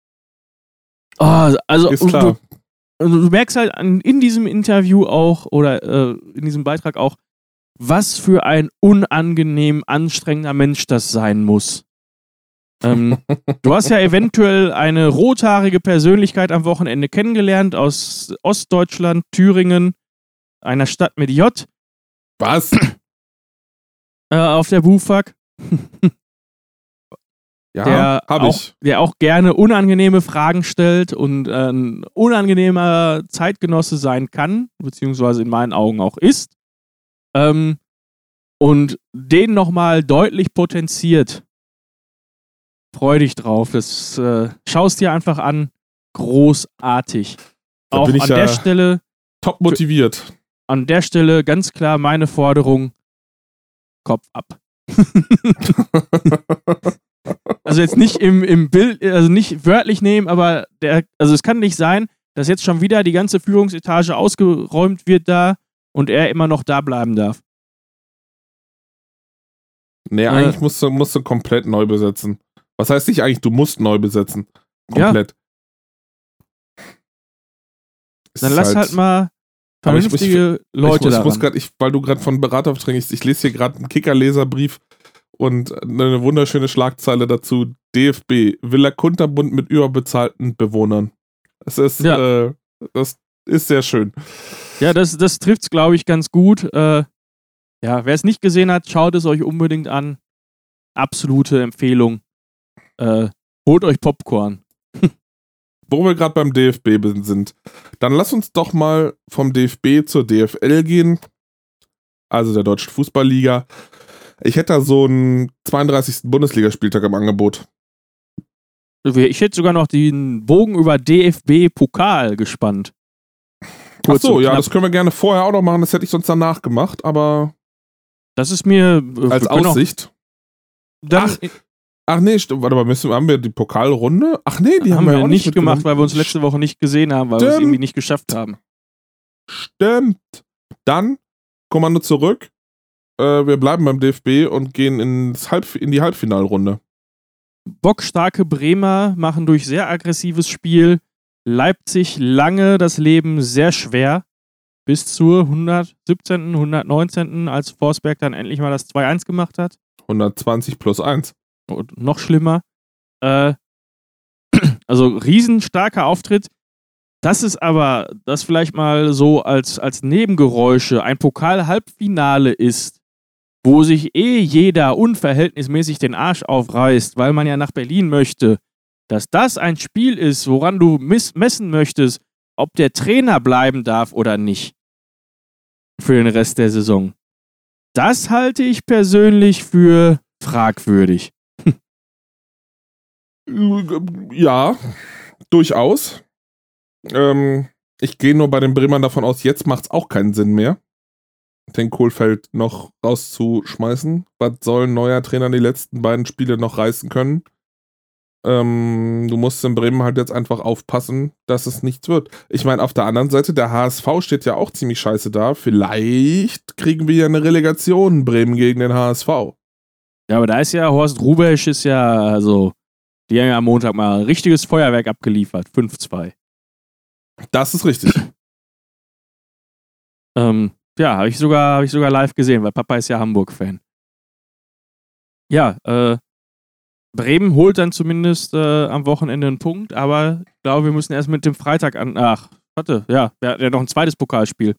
oh, also Ist klar. Du, also du merkst halt an, in diesem Interview auch oder äh, in diesem Beitrag auch, was für ein unangenehm anstrengender Mensch das sein muss. Ähm, du hast ja eventuell eine rothaarige Persönlichkeit am Wochenende kennengelernt aus Ostdeutschland, Thüringen, einer Stadt mit J. Was? Äh, auf der Bufak. Ja, der, hab auch, ich. der auch gerne unangenehme Fragen stellt und äh, ein unangenehmer Zeitgenosse sein kann, beziehungsweise in meinen Augen auch ist. Ähm, und den nochmal deutlich potenziert. Freu dich drauf. Das äh, schaust dir einfach an. Großartig. Da auch bin ich an ja der Stelle, top motiviert. an der Stelle ganz klar meine Forderung: Kopf ab. Also jetzt nicht im, im Bild, also nicht wörtlich nehmen, aber der, also es kann nicht sein, dass jetzt schon wieder die ganze Führungsetage ausgeräumt wird da und er immer noch da bleiben darf. Nee, Äh. eigentlich musst du, musst du komplett neu besetzen. Was heißt nicht eigentlich, du musst neu besetzen? Komplett. Es Dann ist lass halt, mal vernünftige ich, Leute ich, ich daran. muss grad, ich, weil du gerade von Beraterverträgen, ich, ich lese hier gerade einen Kicker-Leserbrief und eine wunderschöne Schlagzeile dazu. D F B, Villa Kunterbund mit überbezahlten Bewohnern. Es ist, Ja. äh, das ist sehr schön. Ja, das, das trifft es, glaube ich, ganz gut. Äh, ja, wer es nicht gesehen hat, schaut es euch unbedingt an. Absolute Empfehlung. Äh, holt euch Popcorn. Wo wir gerade beim D F B sind, dann lass uns doch mal vom D F B zur D F L gehen, also der Deutschen Fußballliga. Ich hätte da so einen zweiunddreißigsten Bundesligaspieltag im Angebot. Ich hätte sogar noch den Bogen über D F B-Pokal gespannt. Ach so, ja, das können wir gerne vorher auch noch machen, das hätte ich sonst danach gemacht, aber das ist mir äh, als Aussicht. Dann Ach, ach nee, st- warte mal, müssen, haben wir die Pokalrunde? Ach nee, die haben, haben wir wir auch nicht nicht gemacht, mitgenommen. weil wir uns letzte Woche nicht gesehen haben, weil wir es Stimmt. irgendwie nicht geschafft haben. Stimmt. Dann, Kommando zurück. Äh, wir bleiben beim D F B und gehen ins Halb- in die Halbfinalrunde. Bockstarke Bremer machen durch sehr aggressives Spiel Leipzig lange das Leben sehr schwer. Bis zur hundertsiebzehnten, hundertneunzehnten als Forsberg dann endlich mal das zwei eins gemacht hat. hundertzwanzig plus eins. Und noch schlimmer. Äh, also riesenstarker Auftritt. Das ist aber, das vielleicht mal so als, als Nebengeräusche ein Pokal-Halbfinale ist, wo sich eh jeder unverhältnismäßig den Arsch aufreißt, weil man ja nach Berlin möchte, dass das ein Spiel ist, woran du miss- messen möchtest, ob der Trainer bleiben darf oder nicht für den Rest der Saison. Das halte ich persönlich für fragwürdig. Ja, durchaus. Ähm, ich gehe nur bei den Bremern davon aus, jetzt macht es auch keinen Sinn mehr, den Kohlfeld noch rauszuschmeißen. Was soll ein neuer Trainer die letzten beiden Spiele noch reißen können? Ähm, du musst in Bremen halt jetzt einfach aufpassen, dass es nichts wird. Ich meine, auf der anderen Seite, der H S V steht ja auch ziemlich scheiße da. Vielleicht kriegen wir ja eine Relegation Bremen gegen den H S V. Ja, aber da ist ja Horst Rubesch ist ja, also, die haben ja am Montag mal ein richtiges Feuerwerk abgeliefert. fünf zwei. Das ist richtig. Ähm, ja, habe ich, sogar, hab ich sogar live gesehen, weil Papa ist ja Hamburg-Fan. Ja, äh, Bremen holt dann zumindest äh, am Wochenende einen Punkt, aber ich glaube, wir müssen erst mit dem Freitag an. Ach, warte, ja, wir hatten ja noch ein zweites Pokalspiel.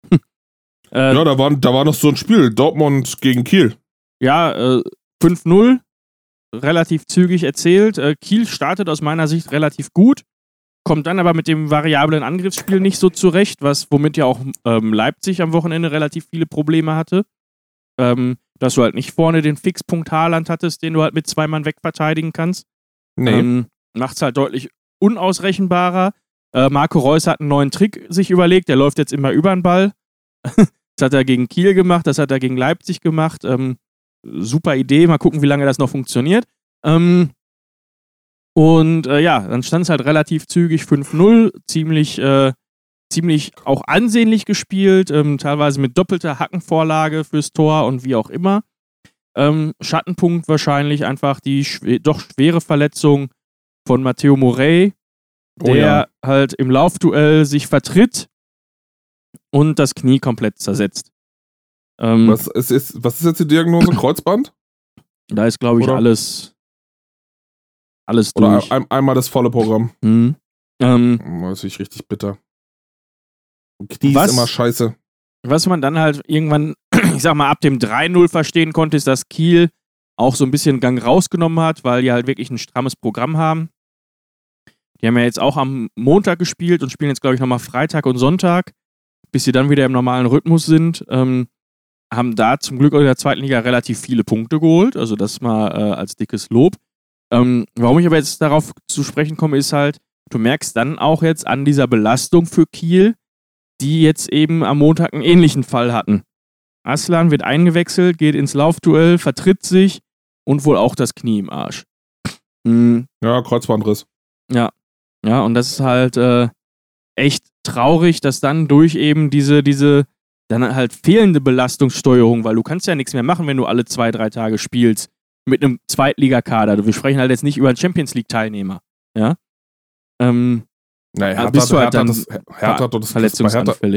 äh, Ja, da war, da war noch so ein Spiel, Dortmund gegen Kiel. Ja, äh, fünf null, relativ zügig erzählt. Äh, Kiel startet aus meiner Sicht relativ gut, kommt dann aber mit dem variablen Angriffsspiel nicht so zurecht, was, womit ja auch ähm, Leipzig am Wochenende relativ viele Probleme hatte. Ähm, dass du halt nicht vorne den Fixpunkt Haaland hattest, den du halt mit zwei Mann wegverteidigen kannst. Nee. Ähm, macht's halt deutlich unausrechenbarer. Äh, Marco Reus hat einen neuen Trick sich überlegt, der läuft jetzt immer über den Ball. Das hat er gegen Kiel gemacht, das hat er gegen Leipzig gemacht. Ähm, super Idee, mal gucken, wie lange das noch funktioniert. Ähm, und äh, ja, dann stand es halt relativ zügig fünf null, ziemlich, äh, ziemlich auch ansehnlich gespielt, ähm, teilweise mit doppelter Hackenvorlage fürs Tor und wie auch immer. Ähm, Schattenpunkt wahrscheinlich einfach die schw- doch schwere Verletzung von Matteo Morey, der Oh ja. halt im Laufduell sich vertritt und das Knie komplett zersetzt. Ähm, Was ist, ist, was ist jetzt die Diagnose? Kreuzband? Da ist, glaube ich, Oder? alles, alles Oder durch. ein, einmal das volle Programm? Hm. Ähm, Das ist richtig bitter. Knie Was? ist immer scheiße. was man dann halt irgendwann, ich sag mal, ab dem drei null verstehen konnte, ist, dass Kiel auch so ein bisschen Gang rausgenommen hat, weil die halt wirklich ein strammes Programm haben. Die haben ja jetzt auch am Montag gespielt und spielen jetzt, glaube ich, nochmal Freitag und Sonntag, bis sie dann wieder im normalen Rhythmus sind. Ähm, haben da zum Glück in der zweiten Liga relativ viele Punkte geholt, also das mal äh, als dickes Lob. Ähm, warum ich aber jetzt darauf zu sprechen komme, ist halt, du merkst dann auch jetzt an dieser Belastung für Kiel, die jetzt eben am Montag einen ähnlichen Fall hatten. Aslan wird eingewechselt, geht ins Laufduell, vertritt sich und wohl auch das Knie im Arsch. Mhm. Ja, Kreuzbandriss. Ja, ja, und das ist halt äh, echt traurig, dass dann durch eben diese, diese dann halt fehlende Belastungssteuerung, weil du kannst ja nichts mehr machen, wenn du alle zwei, drei Tage spielst mit einem Zweitligakader. Wir sprechen halt jetzt nicht über einen Champions-League-Teilnehmer. Ja. Ähm, Naja, Ja, Hertha, bist du halt Hertha, dann das, Hertha, das, das, bei Hertha, verletzungsanfällig.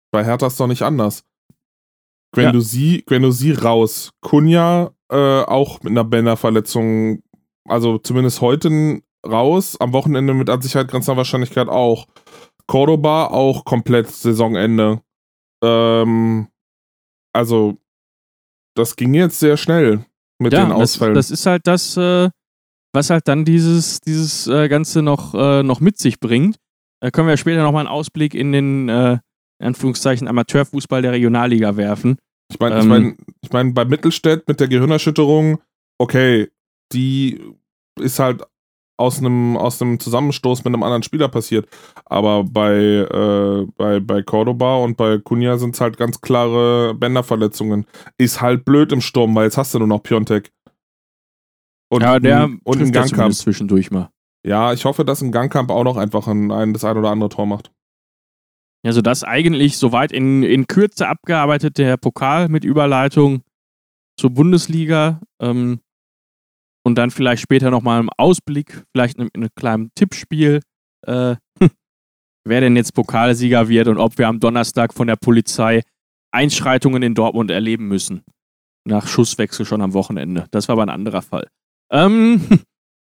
Bei Hertha ist doch nicht anders. Guendouzi, ja. Guendouzi raus. Cunha äh, auch mit einer Bänderverletzung, also zumindest heute raus. Am Wochenende mit an Sicherheit grenzender Wahrscheinlichkeit auch. Cordoba auch komplett Saisonende. Ähm, also, das ging jetzt sehr schnell mit ja, den Ausfällen. Das, das ist halt das, äh, was halt dann dieses, dieses äh, Ganze noch, äh, noch mit sich bringt. Da können wir später nochmal einen Ausblick in den, äh, in Anführungszeichen, Amateurfußball der Regionalliga werfen. Ich meine, ähm, ich mein, ich mein, bei Mittelstädt mit der Gehirnerschütterung, okay, die ist halt aus einem aus einem Zusammenstoß mit einem anderen Spieler passiert. Aber bei, äh, bei, bei Cordoba und bei Cunha sind es halt ganz klare Bänderverletzungen. Ist halt blöd im Sturm, weil jetzt hast du nur noch Piontek. Und ja, der ein, und ein Gangkamp zwischendurch mal. Ja, ich hoffe, dass ein Gangkamp auch noch einfach ein, ein, das ein oder andere Tor macht. Also das eigentlich soweit in, in Kürze abgearbeitet, der Pokal mit Überleitung zur Bundesliga. Ähm, und dann vielleicht später nochmal im Ausblick, vielleicht in einem kleinen Tippspiel, äh, wer denn jetzt Pokalsieger wird und ob wir am Donnerstag von der Polizei Einschreitungen in Dortmund erleben müssen. Nach Schusswechsel schon am Wochenende. Das war aber ein anderer Fall. Ähm,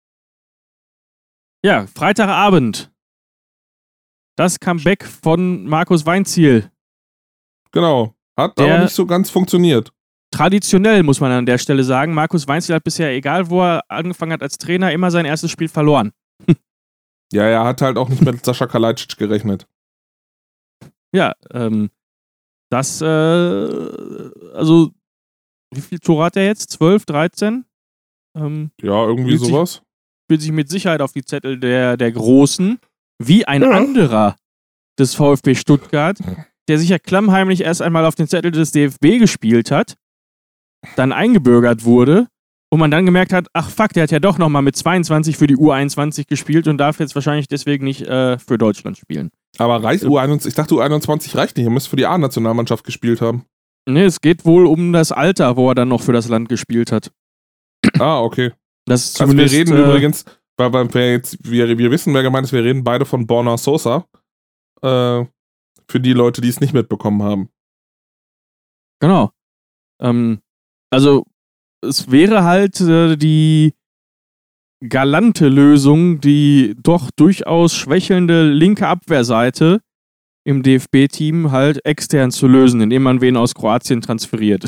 ja, Freitagabend. Das Comeback von Markus Weinzierl. Genau. Hat der, aber nicht so ganz funktioniert. Traditionell, muss man an der Stelle sagen. Markus Weinzierl hat bisher, egal wo er angefangen hat als Trainer, immer sein erstes Spiel verloren. Ja, er hat halt auch nicht mit Sascha Kalajdzic gerechnet. Ja, ähm, das, äh, also, wie viel Tore hat er jetzt? zwölf, dreizehn? Ähm, ja, irgendwie sowas. Sich, fühlt sich mit Sicherheit auf die Zettel der, der Großen. Wie ein ja. anderer des VfB Stuttgart, der sich ja klammheimlich erst einmal auf den Zettel des D F B gespielt hat, dann eingebürgert wurde und man dann gemerkt hat, ach fuck, der hat ja doch nochmal mit zweiundzwanzig für die U einundzwanzig gespielt und darf jetzt wahrscheinlich deswegen nicht äh, für Deutschland spielen. Aber reicht U einundzwanzig? Ich dachte U einundzwanzig reicht nicht, er müsste für die A-Nationalmannschaft gespielt haben. Nee, es geht wohl um das Alter, wo er dann noch für das Land gespielt hat. Ah, okay. Das ist also wir reden äh, übrigens, weil, weil wir, jetzt, wir, wir wissen, wer gemeint ist, wir reden beide von Borna Sosa. Äh, für die Leute, die es nicht mitbekommen haben. Genau. Ähm, also, es wäre halt äh, die galante Lösung, die doch durchaus schwächelnde linke Abwehrseite im D F B-Team halt extern zu lösen, indem man wen aus Kroatien transferiert.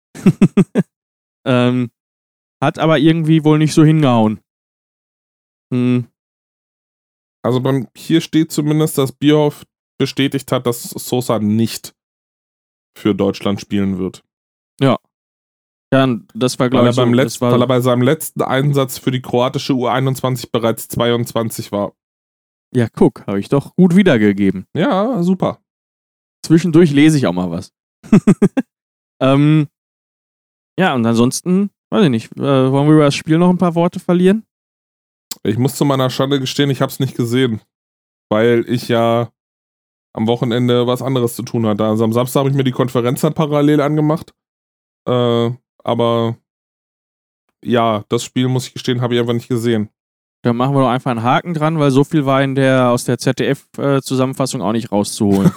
ähm, hat aber irgendwie wohl nicht so hingehauen. Hm. Also beim, hier steht zumindest, dass Bierhoff bestätigt hat, dass Sosa nicht für Deutschland spielen wird. Ja. Ja, das war, glaube ich, weil, er beim so, letzten, war weil er bei seinem letzten Einsatz für die kroatische U einundzwanzig bereits zweiundzwanzig war. Ja, guck, habe ich doch gut wiedergegeben. Ja, super. Zwischendurch lese ich auch mal was. ähm, ja, und ansonsten, weiß ich nicht, äh, wollen wir über das Spiel noch ein paar Worte verlieren? Ich muss zu meiner Schande gestehen, ich habe es nicht gesehen, weil ich ja am Wochenende was anderes zu tun hatte. Also am Samstag habe ich mir die Konferenz dann parallel angemacht. Äh, aber ja, das Spiel, muss ich gestehen, habe ich einfach nicht gesehen. Dann machen wir doch einfach einen Haken dran, weil so viel war in der, aus der Z D F-Zusammenfassung auch nicht rauszuholen.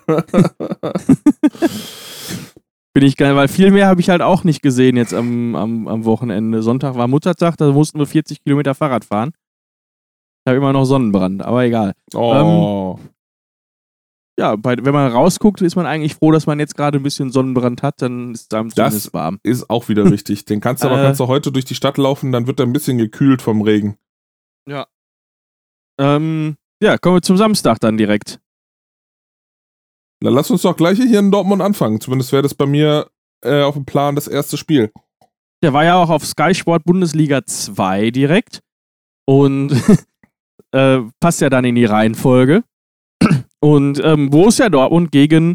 Bin ich geil, weil viel mehr habe ich halt auch nicht gesehen jetzt am, am, am Wochenende. Sonntag war Muttertag, da mussten wir vierzig Kilometer Fahrrad fahren. Ich habe immer noch Sonnenbrand, aber egal. Oh. Ähm, ja, bei, wenn man rausguckt, ist man eigentlich froh, dass man jetzt gerade ein bisschen Sonnenbrand hat, dann ist es einem zumindest warm. Das ist auch wieder wichtig. Den kannst du aber äh, kannst du heute durch die Stadt laufen, dann wird er ein bisschen gekühlt vom Regen. Ja. Ähm, ja, kommen wir zum Samstag dann direkt. Dann lass uns doch gleich hier in Dortmund anfangen. Zumindest wäre das bei mir äh, auf dem Plan das erste Spiel. Der war ja auch auf Sky Sport Bundesliga zwei direkt. Und äh, passt ja dann in die Reihenfolge. Und ähm, Borussia Dortmund gegen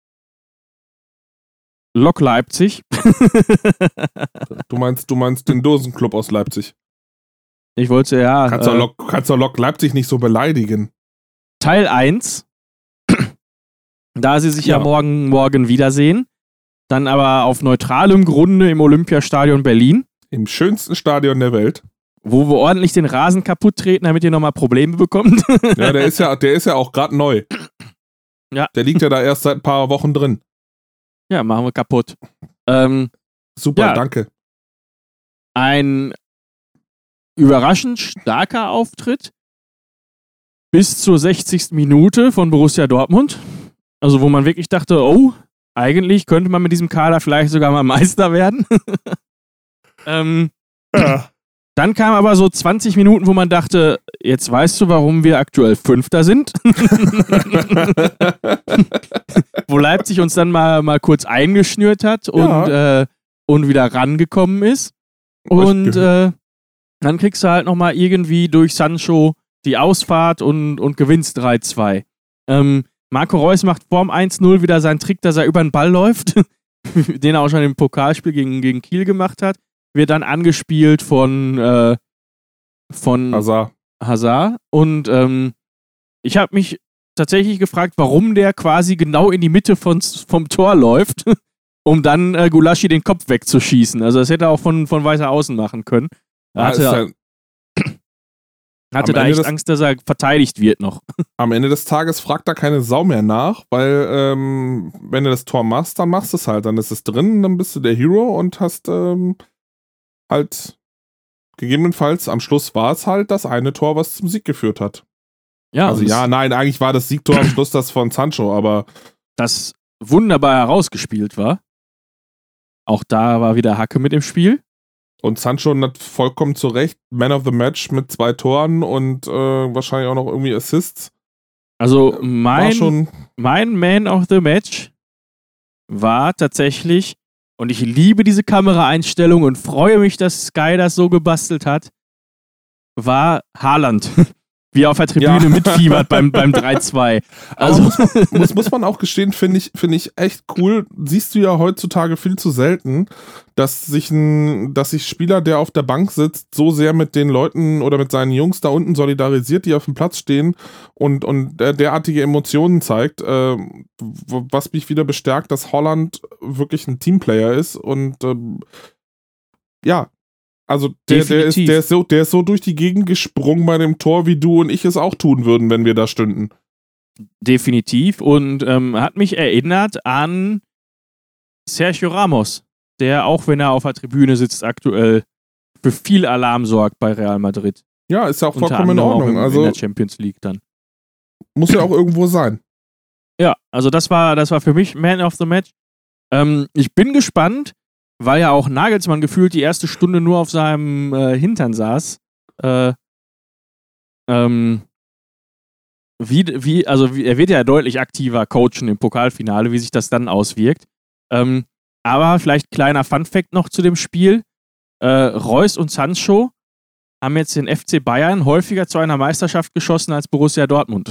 Lok Leipzig. du meinst, du meinst den Dosenclub aus Leipzig. Ich wollte ja. Kannst du äh, Lok, kannst du Lok Leipzig nicht so beleidigen. Teil eins. Da sie sich ja, ja morgen, morgen wiedersehen. Dann aber auf neutralem Grunde im Olympiastadion Berlin. Im schönsten Stadion der Welt. Wo wir ordentlich den Rasen kaputt treten, damit ihr nochmal Probleme bekommt. Ja, der ist ja, der ist ja auch gerade neu. Ja. Der liegt ja da erst seit ein paar Wochen drin. Ja, machen wir kaputt. Ähm, Super, ja. danke. Ein überraschend starker Auftritt bis zur sechzigsten Minute von Borussia Dortmund. Also wo man wirklich dachte, oh, eigentlich könnte man mit diesem Kader vielleicht sogar mal Meister werden. ähm, Ja. Dann kam aber so zwanzig Minuten, wo man dachte, jetzt weißt du, warum wir aktuell Fünfter sind. Wo Leipzig uns dann mal, mal kurz eingeschnürt hat und, Ja. äh, und wieder rangekommen ist. Und äh, dann kriegst du halt nochmal irgendwie durch Sancho die Ausfahrt und, und gewinnst drei zwei. Ähm, Marco Reus macht vorm eins null wieder seinen Trick, dass er über den Ball läuft, den er auch schon im Pokalspiel gegen, gegen Kiel gemacht hat. Wird dann angespielt von, äh, von Hazard. Hazard. Und ähm, ich habe mich tatsächlich gefragt, warum der quasi genau in die Mitte von, vom Tor läuft, um dann äh, Gulaschi den Kopf wegzuschießen. Also das hätte er auch von, von weiter außen machen können. Er Ja, hatte, ist ja, hatte am da Ende echt des- Angst, dass er verteidigt wird noch. am Ende des Tages fragt da keine Sau mehr nach, weil ähm, wenn du das Tor machst, dann machst du es halt. Dann ist es drin, dann bist du der Hero und hast ähm, halt gegebenenfalls am Schluss war es halt das eine Tor, was zum Sieg geführt hat. Ja, Also und ja, nein, eigentlich war das Siegtor am Schluss das von Sancho, aber das wunderbar herausgespielt war. Auch da war wieder Hacke mit im Spiel. und Sancho hat vollkommen zu Recht Man of the Match mit zwei Toren und äh, wahrscheinlich auch noch irgendwie Assists. Also War mein, schon mein Man of the Match war tatsächlich, und ich liebe diese Kameraeinstellung und freue mich, dass Sky das so gebastelt hat, war Haaland. Wie er auf der Tribüne Ja. mitfiebert beim, beim drei zwei. Also, muss, muss man auch gestehen, finde ich, finde ich echt cool. Siehst du ja heutzutage viel zu selten, dass sich ein, dass sich Spieler, der auf der Bank sitzt, so sehr mit den Leuten oder mit seinen Jungs da unten solidarisiert, die auf dem Platz stehen und, und der, derartige Emotionen zeigt, äh, w- was mich wieder bestärkt, dass Holland wirklich ein Teamplayer ist und ähm, ja, also der, der, ist, Definitiv. der, ist so, der ist so durch die Gegend gesprungen bei dem Tor, wie du und ich es auch tun würden, wenn wir da stünden. definitiv. Und ähm, hat mich erinnert an Sergio Ramos, der, auch wenn er auf der Tribüne sitzt, aktuell für viel Alarm sorgt bei Real Madrid. Ja, ist ja auch Unter vollkommen in anderem auch Ordnung. in, Also in der Champions League dann. muss ja auch irgendwo sein. Ja, also das war, das war für mich Man of the Match. Ähm, ich bin gespannt, weil ja auch Nagelsmann gefühlt die erste Stunde nur auf seinem äh, Hintern saß. Äh, ähm, wie, wie, also wie, er wird ja deutlich aktiver coachen im Pokalfinale, wie sich das dann auswirkt. Ähm, aber vielleicht kleiner Funfact noch zu dem Spiel. Äh, Reus und Sancho haben jetzt den F C Bayern häufiger zu einer Meisterschaft geschossen als Borussia Dortmund.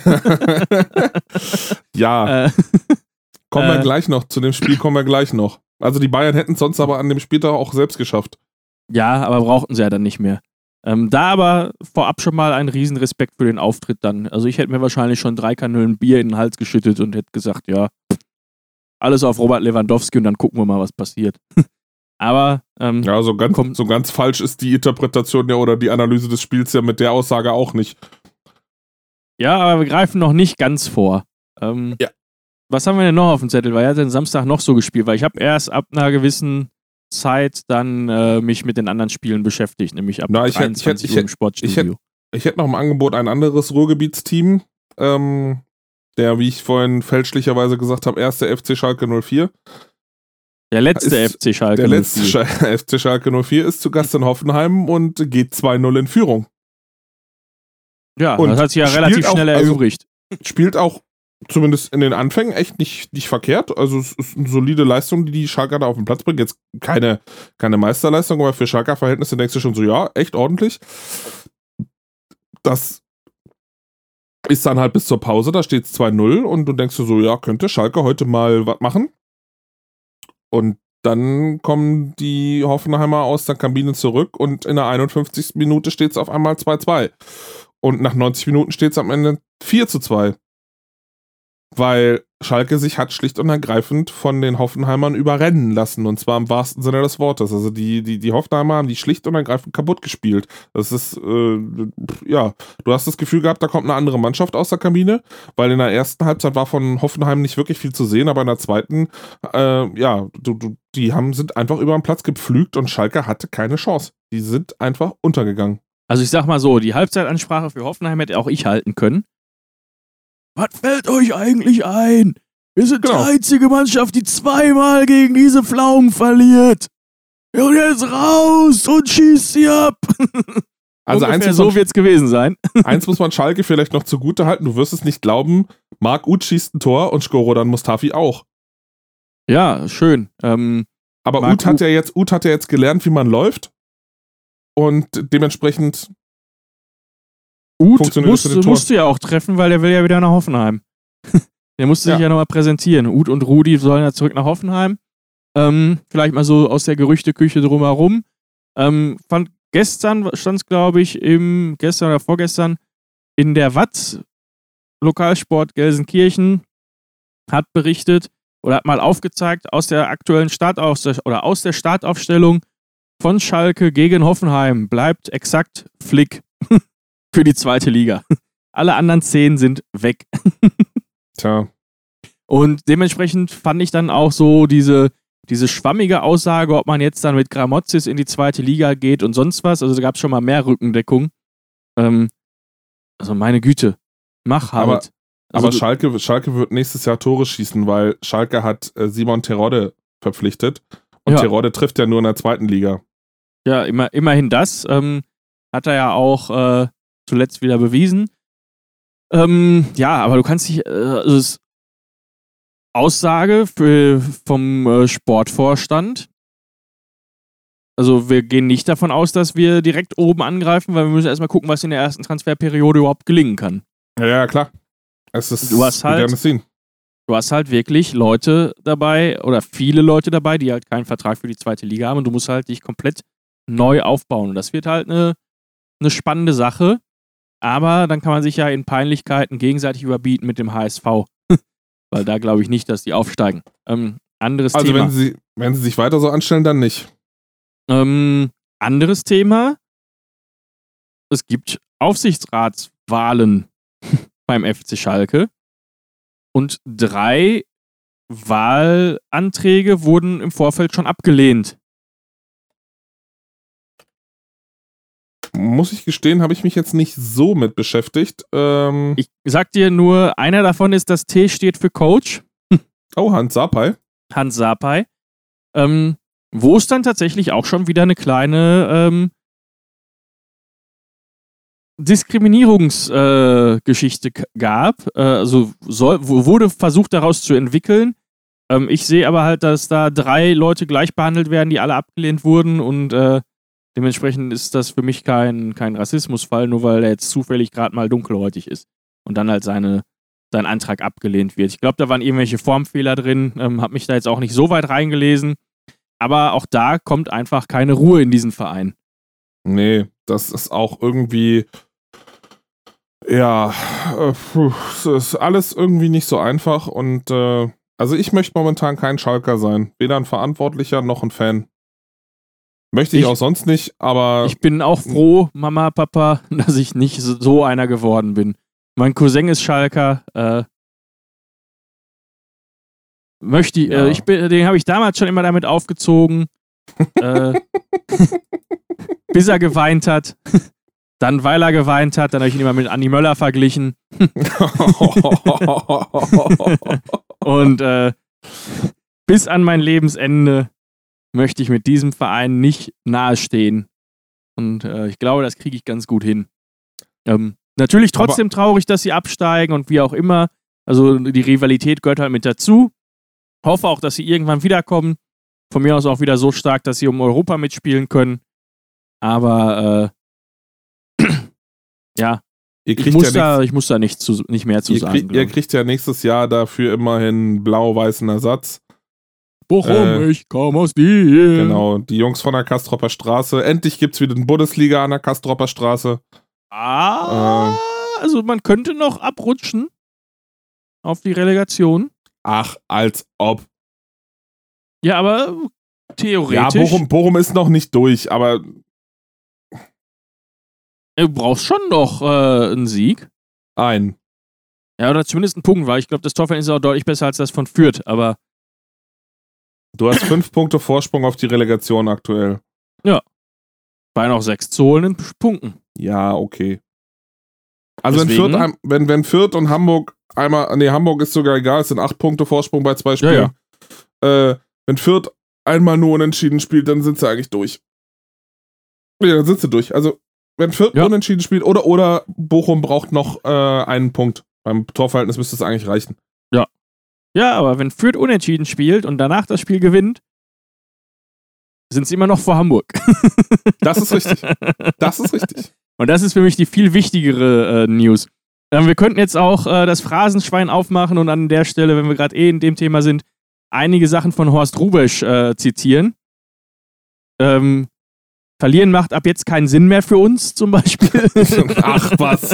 Ja, äh, kommen wir äh, gleich noch. Zu dem Spiel kommen wir gleich noch. Also die Bayern hätten es sonst aber an dem Spieltag auch selbst geschafft. Ja, aber brauchten sie ja dann nicht mehr. Ähm, da aber vorab schon mal ein Riesenrespekt für den Auftritt dann. Also ich hätte mir wahrscheinlich schon drei Kanülen Bier in den Hals geschüttet und hätte gesagt, ja, alles auf Robert Lewandowski und dann gucken wir mal, was passiert. aber ähm, Ja, so ganz, Kommt- so ganz falsch ist die Interpretation ja oder die Analyse des Spiels ja mit der Aussage auch nicht. ja, aber wir greifen noch nicht ganz vor. Ähm, Ja. Was haben wir denn noch auf dem Zettel? Weil er hat den Samstag noch so gespielt, weil ich habe erst ab einer gewissen Zeit dann äh, mich mit den anderen Spielen beschäftigt, nämlich ab Na, ich hätt- ich hätt- dreiundzwanzig ich Uhr im hätt- Sportstudio. Ich hätte noch im Angebot ein anderes Ruhrgebietsteam, ähm, der, wie ich vorhin fälschlicherweise gesagt habe, erste F C Schalke null vier. Der letzte ist F C Schalke. Der letzte null vier. Sch- F C Schalke null vier ist zu Gast in Hoffenheim und geht zwei null in Führung. Ja, Und das hat sich ja spielt relativ auch- schnell also- erübrigt. Spielt auch zumindest in den Anfängen echt nicht, nicht verkehrt. Also es ist eine solide Leistung, die die Schalker da auf den Platz bringen. Jetzt keine, keine Meisterleistung, aber für Schalker Verhältnisse denkst du schon so, ja, echt ordentlich. Das ist dann halt bis zur Pause, da steht es zwei null und du denkst du so, ja, könnte Schalke heute mal was machen. Und dann kommen die Hoffenheimer aus der Kabine zurück und in der einundfünfzigsten Minute steht es auf einmal zwei zwei. Und nach neunzig Minuten steht es am Ende vier zu zwei. Weil Schalke sich hat schlicht und ergreifend von den Hoffenheimern überrennen lassen, und zwar im wahrsten Sinne des Wortes. Also die, die, die Hoffenheimer haben die schlicht und ergreifend kaputt gespielt. Das ist, äh, ja, du hast das Gefühl gehabt, da kommt eine andere Mannschaft aus der Kabine, weil in der ersten Halbzeit war von Hoffenheim nicht wirklich viel zu sehen, aber in der zweiten, äh, ja, du, du, die haben, sind einfach über den Platz gepflügt und Schalke hatte keine Chance. Die sind einfach untergegangen. Also ich sag mal so, die Halbzeitansprache für Hoffenheim hätte auch ich halten können. Was fällt euch eigentlich ein? Wir sind Genau. die einzige Mannschaft, die zweimal gegen diese Pflaumen verliert. Und jetzt raus und schießt sie ab. Also eins muss, so man, wird's gewesen sein. eins muss man Schalke vielleicht noch zugute halten, du wirst es nicht glauben, Marc Uth schießt ein Tor und Skorodan Mustafi auch. Ja, schön. Ähm, Aber Uth hat, ja jetzt, Uth hat ja jetzt gelernt, wie man läuft, und dementsprechend Uth musste, musste ja auch treffen, weil der will ja wieder nach Hoffenheim. Der musste ja. sich ja nochmal präsentieren. Uth und Rudi sollen ja zurück nach Hoffenheim. Ähm, vielleicht mal so aus der Gerüchteküche drumherum. Ähm, fand gestern stand es, glaube ich, im gestern oder vorgestern in der Watz Lokalsport Gelsenkirchen hat berichtet oder hat mal aufgezeigt aus der aktuellen Startauf oder aus der Startaufstellung von Schalke gegen Hoffenheim bleibt exakt Flick für die zweite Liga. Alle anderen zehn sind weg. Tja. Und dementsprechend fand ich dann auch so diese, diese schwammige Aussage, ob man jetzt dann mit Gramotzis in die zweite Liga geht und sonst was. Also da gab es schon mal mehr Rückendeckung. Ähm, also meine Güte, mach halt. Aber, also aber Schalke, Schalke wird nächstes Jahr Tore schießen, weil Schalke hat äh, Simon Terodde verpflichtet. Und ja. Terodde trifft ja nur in der zweiten Liga. Ja, immer, immerhin das. Ähm, hat er ja auch äh, zuletzt wieder bewiesen. Ähm, ja, aber du kannst dich, äh, also es Aussage für, vom äh, Sportvorstand. Also wir gehen nicht davon aus, dass wir direkt oben angreifen, weil wir müssen erstmal gucken, was in der ersten Transferperiode überhaupt gelingen kann. Ja, ja, klar. Es ist, du hast halt, wir werden es sehen. Du hast halt wirklich Leute dabei oder viele Leute dabei, die halt keinen Vertrag für die zweite Liga haben, und du musst halt dich komplett neu aufbauen. Und das wird halt eine, eine spannende Sache. Aber dann kann man sich ja in Peinlichkeiten gegenseitig überbieten mit dem H S V. Weil da glaube ich nicht, dass die aufsteigen. Ähm, anderes also Thema. Also wenn sie, wenn sie sich weiter so anstellen, dann nicht. Ähm, anderes Thema. Es gibt Aufsichtsratswahlen beim F C Schalke. Und drei Wahlanträge wurden im Vorfeld schon abgelehnt. Muss ich gestehen, habe ich mich jetzt nicht so mit beschäftigt. Ähm ich sag dir nur, einer davon ist, das T steht für Coach. Oh, Hans Sapai. Hans Sapai. Ähm, wo es dann tatsächlich auch schon wieder eine kleine ähm, Diskriminierungsgeschichte äh, gab. Äh, also soll, wurde versucht, daraus zu entwickeln. Ähm, ich sehe aber halt, dass da drei Leute gleich behandelt werden, die alle abgelehnt wurden, und äh, dementsprechend ist das für mich kein, kein Rassismusfall, nur weil er jetzt zufällig gerade mal dunkelhäutig ist und dann halt seine, sein Antrag abgelehnt wird. Ich glaube, da waren irgendwelche Formfehler drin, ähm, habe mich da jetzt auch nicht so weit reingelesen, aber auch da kommt einfach keine Ruhe in diesen Verein. Nee, das ist auch irgendwie, ja, äh, es ist alles irgendwie nicht so einfach, und äh, also ich möchte momentan kein Schalker sein, weder ein Verantwortlicher noch ein Fan. Möchte ich, ich auch sonst nicht, aber... Ich bin auch froh, Mama, Papa, dass ich nicht so einer geworden bin. Mein Cousin ist Schalker. Äh, möchte ich, ja. äh, ich bin, den habe ich damals schon immer damit aufgezogen. äh, bis er geweint hat. Dann, weil er geweint hat, dann habe ich ihn immer mit Andi Möller verglichen. Und äh, bis an mein Lebensende möchte ich mit diesem Verein nicht nahestehen. Und äh, ich glaube, das kriege ich ganz gut hin. Ähm, natürlich trotzdem Aber traurig, dass sie absteigen und wie auch immer. Also die Rivalität gehört halt mit dazu. Hoffe auch, dass sie irgendwann wiederkommen. Von mir aus auch wieder so stark, dass sie um Europa mitspielen können. Aber äh, ja, ich muss, ja da, ich muss da nicht, zu, nicht mehr zu ihr sagen. Krieg, ihr kriegt ja nächstes Jahr dafür immerhin blau-weißen Ersatz. Bochum, äh, ich komme aus dir. Genau, die Jungs von der Kastropper Straße. Endlich gibt es wieder eine Bundesliga an der Kastropper Straße. Ah, äh, also man könnte noch abrutschen auf die Relegation. Ach, als ob. Ja, aber theoretisch. Ja, Bochum, Bochum ist noch nicht durch, aber Du brauchst schon noch äh, einen Sieg. ein. Ja, oder zumindest einen Punkt, weil ich glaube, das Torverhältnis ist auch deutlich besser als das von Fürth, aber Du hast fünf Punkte Vorsprung auf die Relegation aktuell. bei noch sechs zu holen in Punkten. Ja, okay. Also wenn Deswegen- Fürth, ein- wenn, wenn Fürth und Hamburg einmal, nee, Hamburg ist sogar egal, es sind acht Punkte Vorsprung bei zwei Spielen. Äh, wenn Fürth einmal nur unentschieden spielt, dann sind sie eigentlich durch. Ja, dann sind sie durch. Also wenn Fürth Ja. unentschieden spielt oder, oder Bochum braucht noch äh, einen Punkt. Beim Torverhältnis müsste es eigentlich reichen. Ja, aber wenn Fürth unentschieden spielt und danach das Spiel gewinnt, sind sie immer noch vor Hamburg. Das ist richtig. Das ist richtig. Und das ist für mich die viel wichtigere äh, News. Ähm, wir könnten jetzt auch äh, das Phrasenschwein aufmachen und an der Stelle, wenn wir gerade eh in dem Thema sind, einige Sachen von Horst Rubesch äh, zitieren. Ähm, Verlieren macht ab jetzt keinen Sinn mehr für uns, zum Beispiel. Ach was.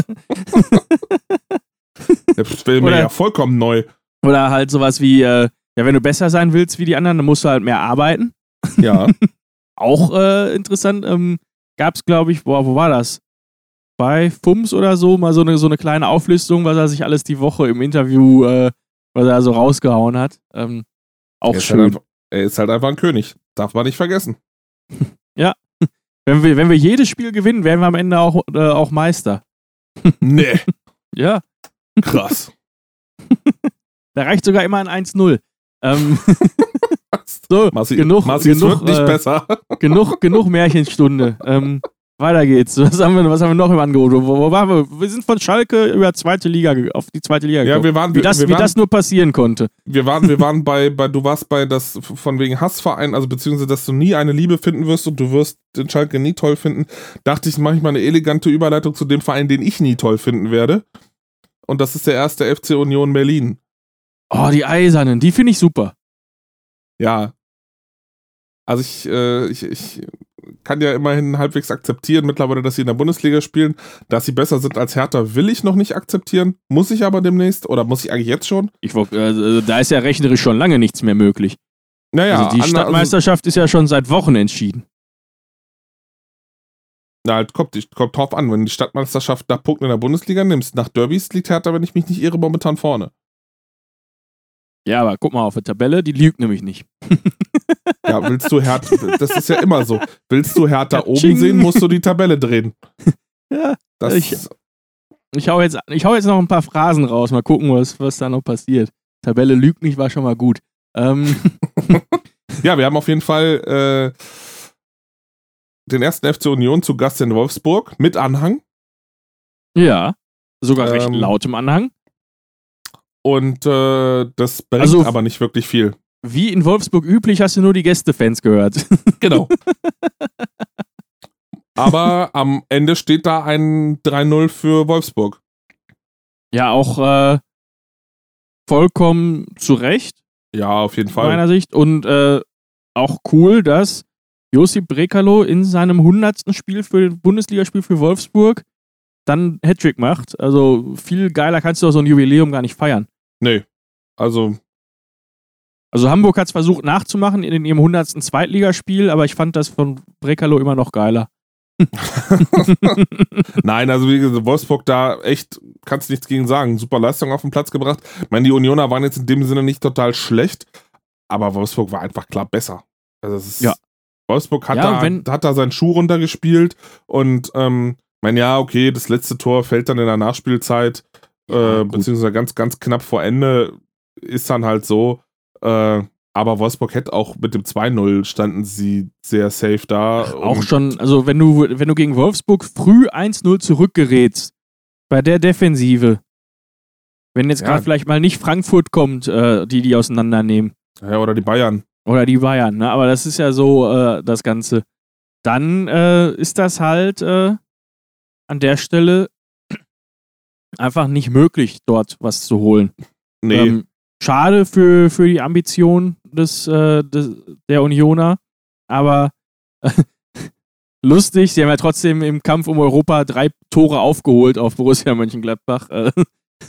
Das wäre mir Oder- ja vollkommen neu. Oder halt sowas wie, äh, ja, wenn du besser sein willst wie die anderen, dann musst du halt mehr arbeiten. Ja. Auch äh, interessant, ähm, gab es, glaube ich, boah, wo war das? Bei F U M S oder so, mal so eine, so eine kleine Auflistung, was er sich alles die Woche im Interview, äh, was er so rausgehauen hat. Ähm, auch er, ist schön. halt einfach, er ist halt einfach ein König. Darf man nicht vergessen. Wenn wir, wenn wir jedes Spiel gewinnen, werden wir am Ende auch, äh, auch Meister. Nee. Ja, Krass. da reicht sogar immer ein eins null. Ähm, so, Massi, genug, Massi, es genug, wird nicht äh, besser. genug, genug Märchenstunde. Ähm, weiter geht's. Was haben, wir, was haben wir noch im Angebot? Wo, wo waren wir? Wir sind von Schalke über zweite Liga ge- auf die zweite Liga Ja, gekommen. wir waren, wie wir, das, wir wie waren, das nur passieren konnte. wir waren, wir waren bei, bei, du warst bei das von wegen Hassverein, also beziehungsweise, dass du nie eine Liebe finden wirst und du wirst den Schalke nie toll finden, dachte ich, mache ich mal eine elegante Überleitung zu dem Verein, den ich nie toll finden werde. Und das ist der erste F C Union Berlin. Oh, die Eisernen, die finde ich super. Ja. Also ich, äh, ich, ich kann ja immerhin halbwegs akzeptieren mittlerweile, dass sie in der Bundesliga spielen. Dass sie besser sind als Hertha, will ich noch nicht akzeptieren. Muss ich aber demnächst. Oder muss ich eigentlich jetzt schon? Ich, wollt- äh, da ist ja rechnerisch schon lange nichts mehr möglich. Naja, also die ander- Stadtmeisterschaft ist ja schon seit Wochen entschieden. Na, halt, kommt, die- kommt drauf an, wenn du die Stadtmeisterschaft nach Punkten in der Bundesliga nimmst. Nach Derbys liegt Hertha, wenn ich mich nicht irre, momentan vorne. Ja, aber guck mal auf die Tabelle, die lügt nämlich nicht. Ja, willst du Hertha, das ist ja immer so. Willst du Hertha oben Katsching. sehen, musst du die Tabelle drehen. Ja, Das, Ich- ich hau, jetzt, ich hau jetzt noch ein paar Phrasen raus, mal gucken, was, was da noch passiert. Tabelle lügt nicht, war schon mal gut. Ähm, ja, wir haben auf jeden Fall äh, den ersten F C Union zu Gast in Wolfsburg mit Anhang. ja, sogar recht Ähm, lautem Anhang. Und äh, das bringt Also- aber nicht wirklich viel. Wie in Wolfsburg üblich, hast du nur die Gästefans gehört. Genau. Aber am Ende steht da ein drei null für Wolfsburg. Ja, auch äh, vollkommen zu Recht, Ja, auf jeden aus Fall. meiner Sicht. Und äh, auch cool, dass Josip Brekalo in seinem hundertsten Spiel für Bundesligaspiel für Wolfsburg dann Hattrick macht. Also viel geiler kannst du auch so ein Jubiläum gar nicht feiern. Nee. Also, Also Hamburg hat es versucht nachzumachen in ihrem hundertsten Zweitligaspiel, aber ich fand das von Brekalo immer noch geiler. nein, also wie gesagt, Wolfsburg da echt, kannst nichts gegen sagen. Super Leistung auf den Platz gebracht. Ich meine, die Unioner waren jetzt in dem Sinne nicht total schlecht, aber Wolfsburg war einfach klar besser. Also es ist, Ja. Wolfsburg hat, Ja, da, wenn- hat da seinen Schuh runtergespielt und ähm, ich meine, ja, okay, das letzte Tor fällt dann in der Nachspielzeit, Ja, äh, gut. beziehungsweise ganz, ganz knapp vor Ende, ist dann halt so, äh, aber Wolfsburg hätte auch mit dem zwei null standen sie sehr safe da. Auch und- schon, also wenn du, wenn du gegen Wolfsburg früh eins null zurückgerätst, bei der Defensive, wenn jetzt Ja. gerade vielleicht mal nicht Frankfurt kommt, äh, die die auseinandernehmen, Ja, oder die Bayern. oder die Bayern, ne? Aber das ist ja so äh, das Ganze. Dann äh, ist das halt äh, an der Stelle einfach nicht möglich, dort was zu holen. Nee. Ähm, schade für, für die Ambition des, äh, des, der Unioner, aber äh, lustig, sie haben ja trotzdem im Kampf um Europa drei Tore aufgeholt auf Borussia Mönchengladbach. Äh,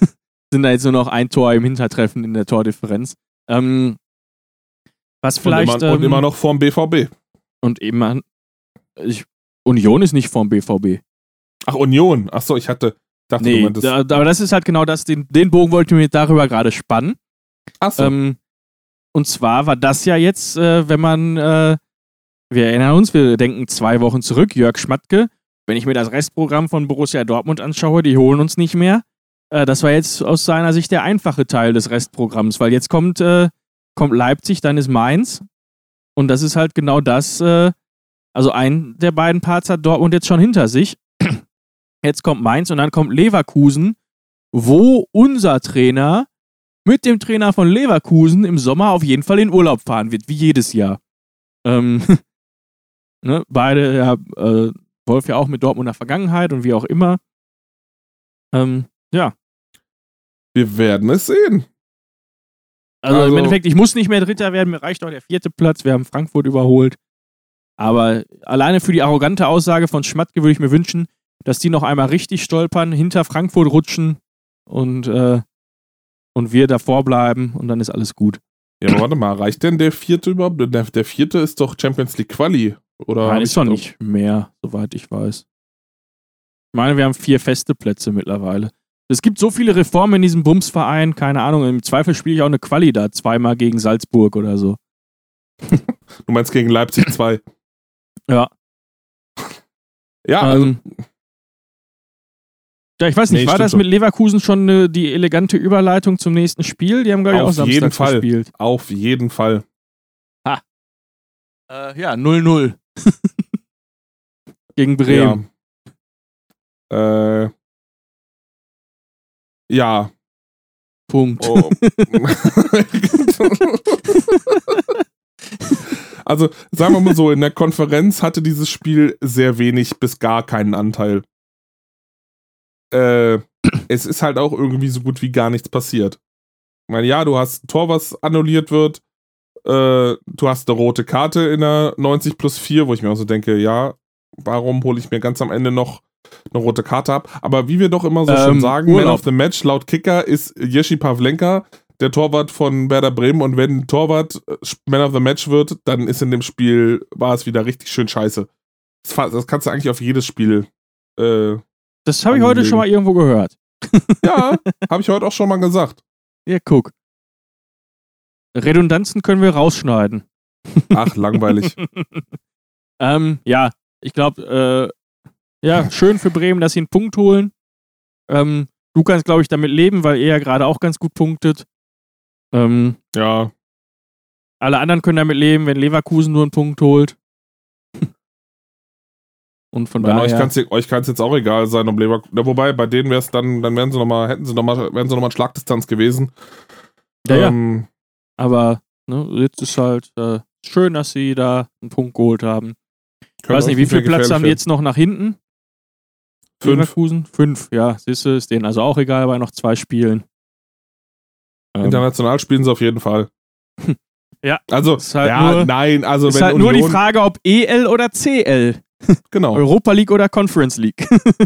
sind da jetzt nur noch ein Tor im Hintertreffen in der Tordifferenz. Ähm, was vielleicht... Und immer, ähm, und immer noch vorm B V B. Und eben, ich, Union ist nicht vorm B V B. Ach, Union. Achso, ich hatte... Dachte, nee, du meintest, da, aber das ist halt genau das, den, den Bogen wollte ich mir darüber gerade spannen. Achso. Ähm, und zwar war das ja jetzt, äh, wenn man, äh, wir erinnern uns, wir denken zwei Wochen zurück, Jörg Schmatke, wenn ich mir das Restprogramm von Borussia Dortmund anschaue, die holen uns nicht mehr. Äh, das war jetzt aus seiner Sicht der einfache Teil des Restprogramms, weil jetzt kommt, äh, kommt Leipzig, dann ist Mainz und das ist halt genau das, äh, also ein der beiden Parts hat Dortmund jetzt schon hinter sich. Jetzt kommt Mainz und dann kommt Leverkusen, wo unser Trainer mit dem Trainer von Leverkusen im Sommer auf jeden Fall in Urlaub fahren wird, wie jedes Jahr. Ähm, ne, beide, ja, äh, Wolf ja auch mit Dortmunder Vergangenheit und wie auch immer. Ähm, ja. Wir werden es sehen. Also, Also im Endeffekt, ich muss nicht mehr Dritter werden, mir reicht auch der vierte Platz, wir haben Frankfurt überholt. Aber alleine für die arrogante Aussage von Schmatke würde ich mir wünschen, dass die noch einmal richtig stolpern, hinter Frankfurt rutschen und, äh, und wir davor bleiben und dann ist alles gut. Ja, aber warte mal, reicht denn der vierte überhaupt? Der, der vierte ist doch Champions League Quali, oder? Nein, ist doch nicht mehr, soweit ich weiß. Ich meine, wir haben vier feste Plätze mittlerweile. Es gibt so viele Reformen in diesem Bumsverein, keine Ahnung, im Zweifel spiele ich auch eine Quali da, zweimal gegen Salzburg oder so. Du meinst gegen Leipzig zwei? Ja. Ja, also... Ähm, Ja, ich weiß nicht, Nee, war stimmt das schon. mit Leverkusen schon äh, die elegante Überleitung zum nächsten Spiel? Die haben, glaube ich, auch Auf jeden Samstag Fall. gespielt. Auf jeden Fall. Äh, ja, null null. Gegen Bremen. Ja. Äh... Ja. Punkt. Oh. Also, sagen wir mal so, in der Konferenz hatte dieses Spiel sehr wenig bis gar keinen Anteil. Äh, es ist halt auch irgendwie so gut wie gar nichts passiert. Ich meine, ja, du hast ein Tor, was annulliert wird. Äh, du hast eine rote Karte in der neunzig plus vier, wo ich mir auch so denke, ja, warum hole ich mir ganz am Ende noch eine rote Karte ab? Aber wie wir doch immer so Ähm, schon sagen, Urlaub. Man of the Match laut Kicker ist Jerzy Pavlenka, der Torwart von Werder Bremen. Und wenn ein Torwart äh, Man of the Match wird, dann ist in dem Spiel, war es wieder richtig schön scheiße. Das, fa- das kannst du eigentlich auf jedes Spiel äh, Das habe ich heute anlegen. schon mal irgendwo gehört. Ja, habe ich heute auch schon mal gesagt. Ja, guck. Redundanzen können wir rausschneiden. Ach, langweilig. ähm, ja, ich glaube, äh, ja, schön für Bremen, dass sie einen Punkt holen. Ähm, du kannst, glaube ich, damit leben, weil er ja gerade auch ganz gut punktet. Ähm, Ja, alle anderen können damit leben, wenn Leverkusen nur einen Punkt holt. Und von Nein, euch daher... kann es euch kann's jetzt auch egal sein, ob Leverkusen. Ja, wobei, bei denen wäre es dann, dann wären sie noch mal, hätten sie noch mal, wären sie noch mal in Schlagdistanz gewesen. Ja, ja. ähm, Aber ne, jetzt ist halt äh, schön, dass sie da einen Punkt geholt haben. Ich können weiß nicht, uns wie viel mehr Platz gefährlich haben die jetzt noch nach hinten? Fünf. Leverkusen? Fünf, ja. Siehst du, ist denen also auch egal bei noch zwei Spielen. werden. Ähm, International spielen sie auf jeden Fall. Ja, Also, ist halt ja, nur- nein, also ist wenn halt Union, nur die Frage, ob E L oder C L. genau. Europa League oder Conference League.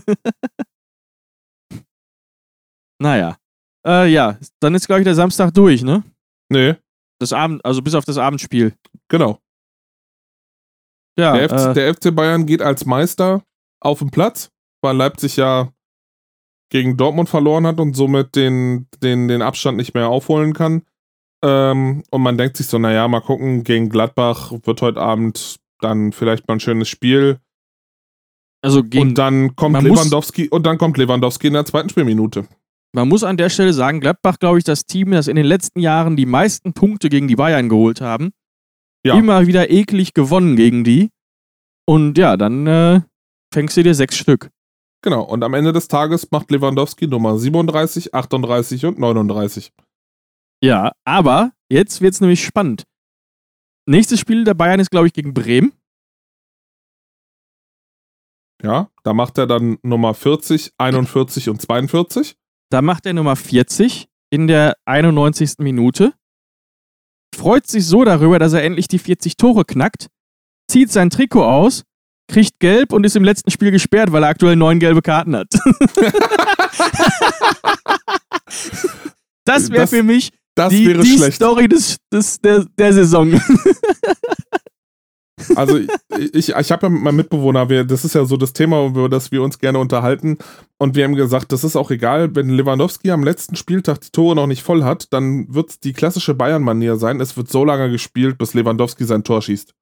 Naja. Äh, ja, dann ist, glaube ich, der Samstag durch, ne? Nee, Das Abend, also bis auf das Abendspiel. genau. Ja, Der, F C, äh, der F C Bayern geht als Meister auf den Platz, weil Leipzig ja gegen Dortmund verloren hat und somit den, den, den Abstand nicht mehr aufholen kann. Ähm, und man denkt sich so, naja, mal gucken, gegen Gladbach wird heute Abend dann vielleicht mal ein schönes Spiel. also gegen, Und dann kommt man muss- Lewandowski und dann kommt Lewandowski in der zweiten Spielminute. man muss an der Stelle sagen, Gladbach, glaube ich, das Team, das in den letzten Jahren die meisten Punkte gegen die Bayern geholt haben. Ja. Immer wieder eklig gewonnen gegen die. Und ja, dann äh, fängst du dir sechs Stück. Genau, und am Ende des Tages macht Lewandowski Nummer siebenunddreißig, achtunddreißig und neununddreißig. Ja, aber jetzt wird's nämlich spannend. Nächstes Spiel der Bayern ist, glaube ich, gegen Bremen. Ja, da macht er dann Nummer vierzig, einundvierzig und zweiundvierzig. Da macht er Nummer vierzig in der einundneunzigsten Minute. Freut sich so darüber, dass er endlich die vierzig Tore knackt. Zieht sein Trikot aus, kriegt gelb und ist im letzten Spiel gesperrt, weil er aktuell neun gelbe Karten hat. Das wäre für mich das die, wäre die schlecht. Story des, des, der, der Saison. Also ich, ich, ich habe ja mit meinem Mitbewohner, wir, das ist ja so das Thema, über das wir uns gerne unterhalten, und wir haben gesagt, das ist auch egal, wenn Lewandowski am letzten Spieltag die Tore noch nicht voll hat, dann wird es die klassische Bayern-Manier sein, es wird so lange gespielt, bis Lewandowski sein Tor schießt.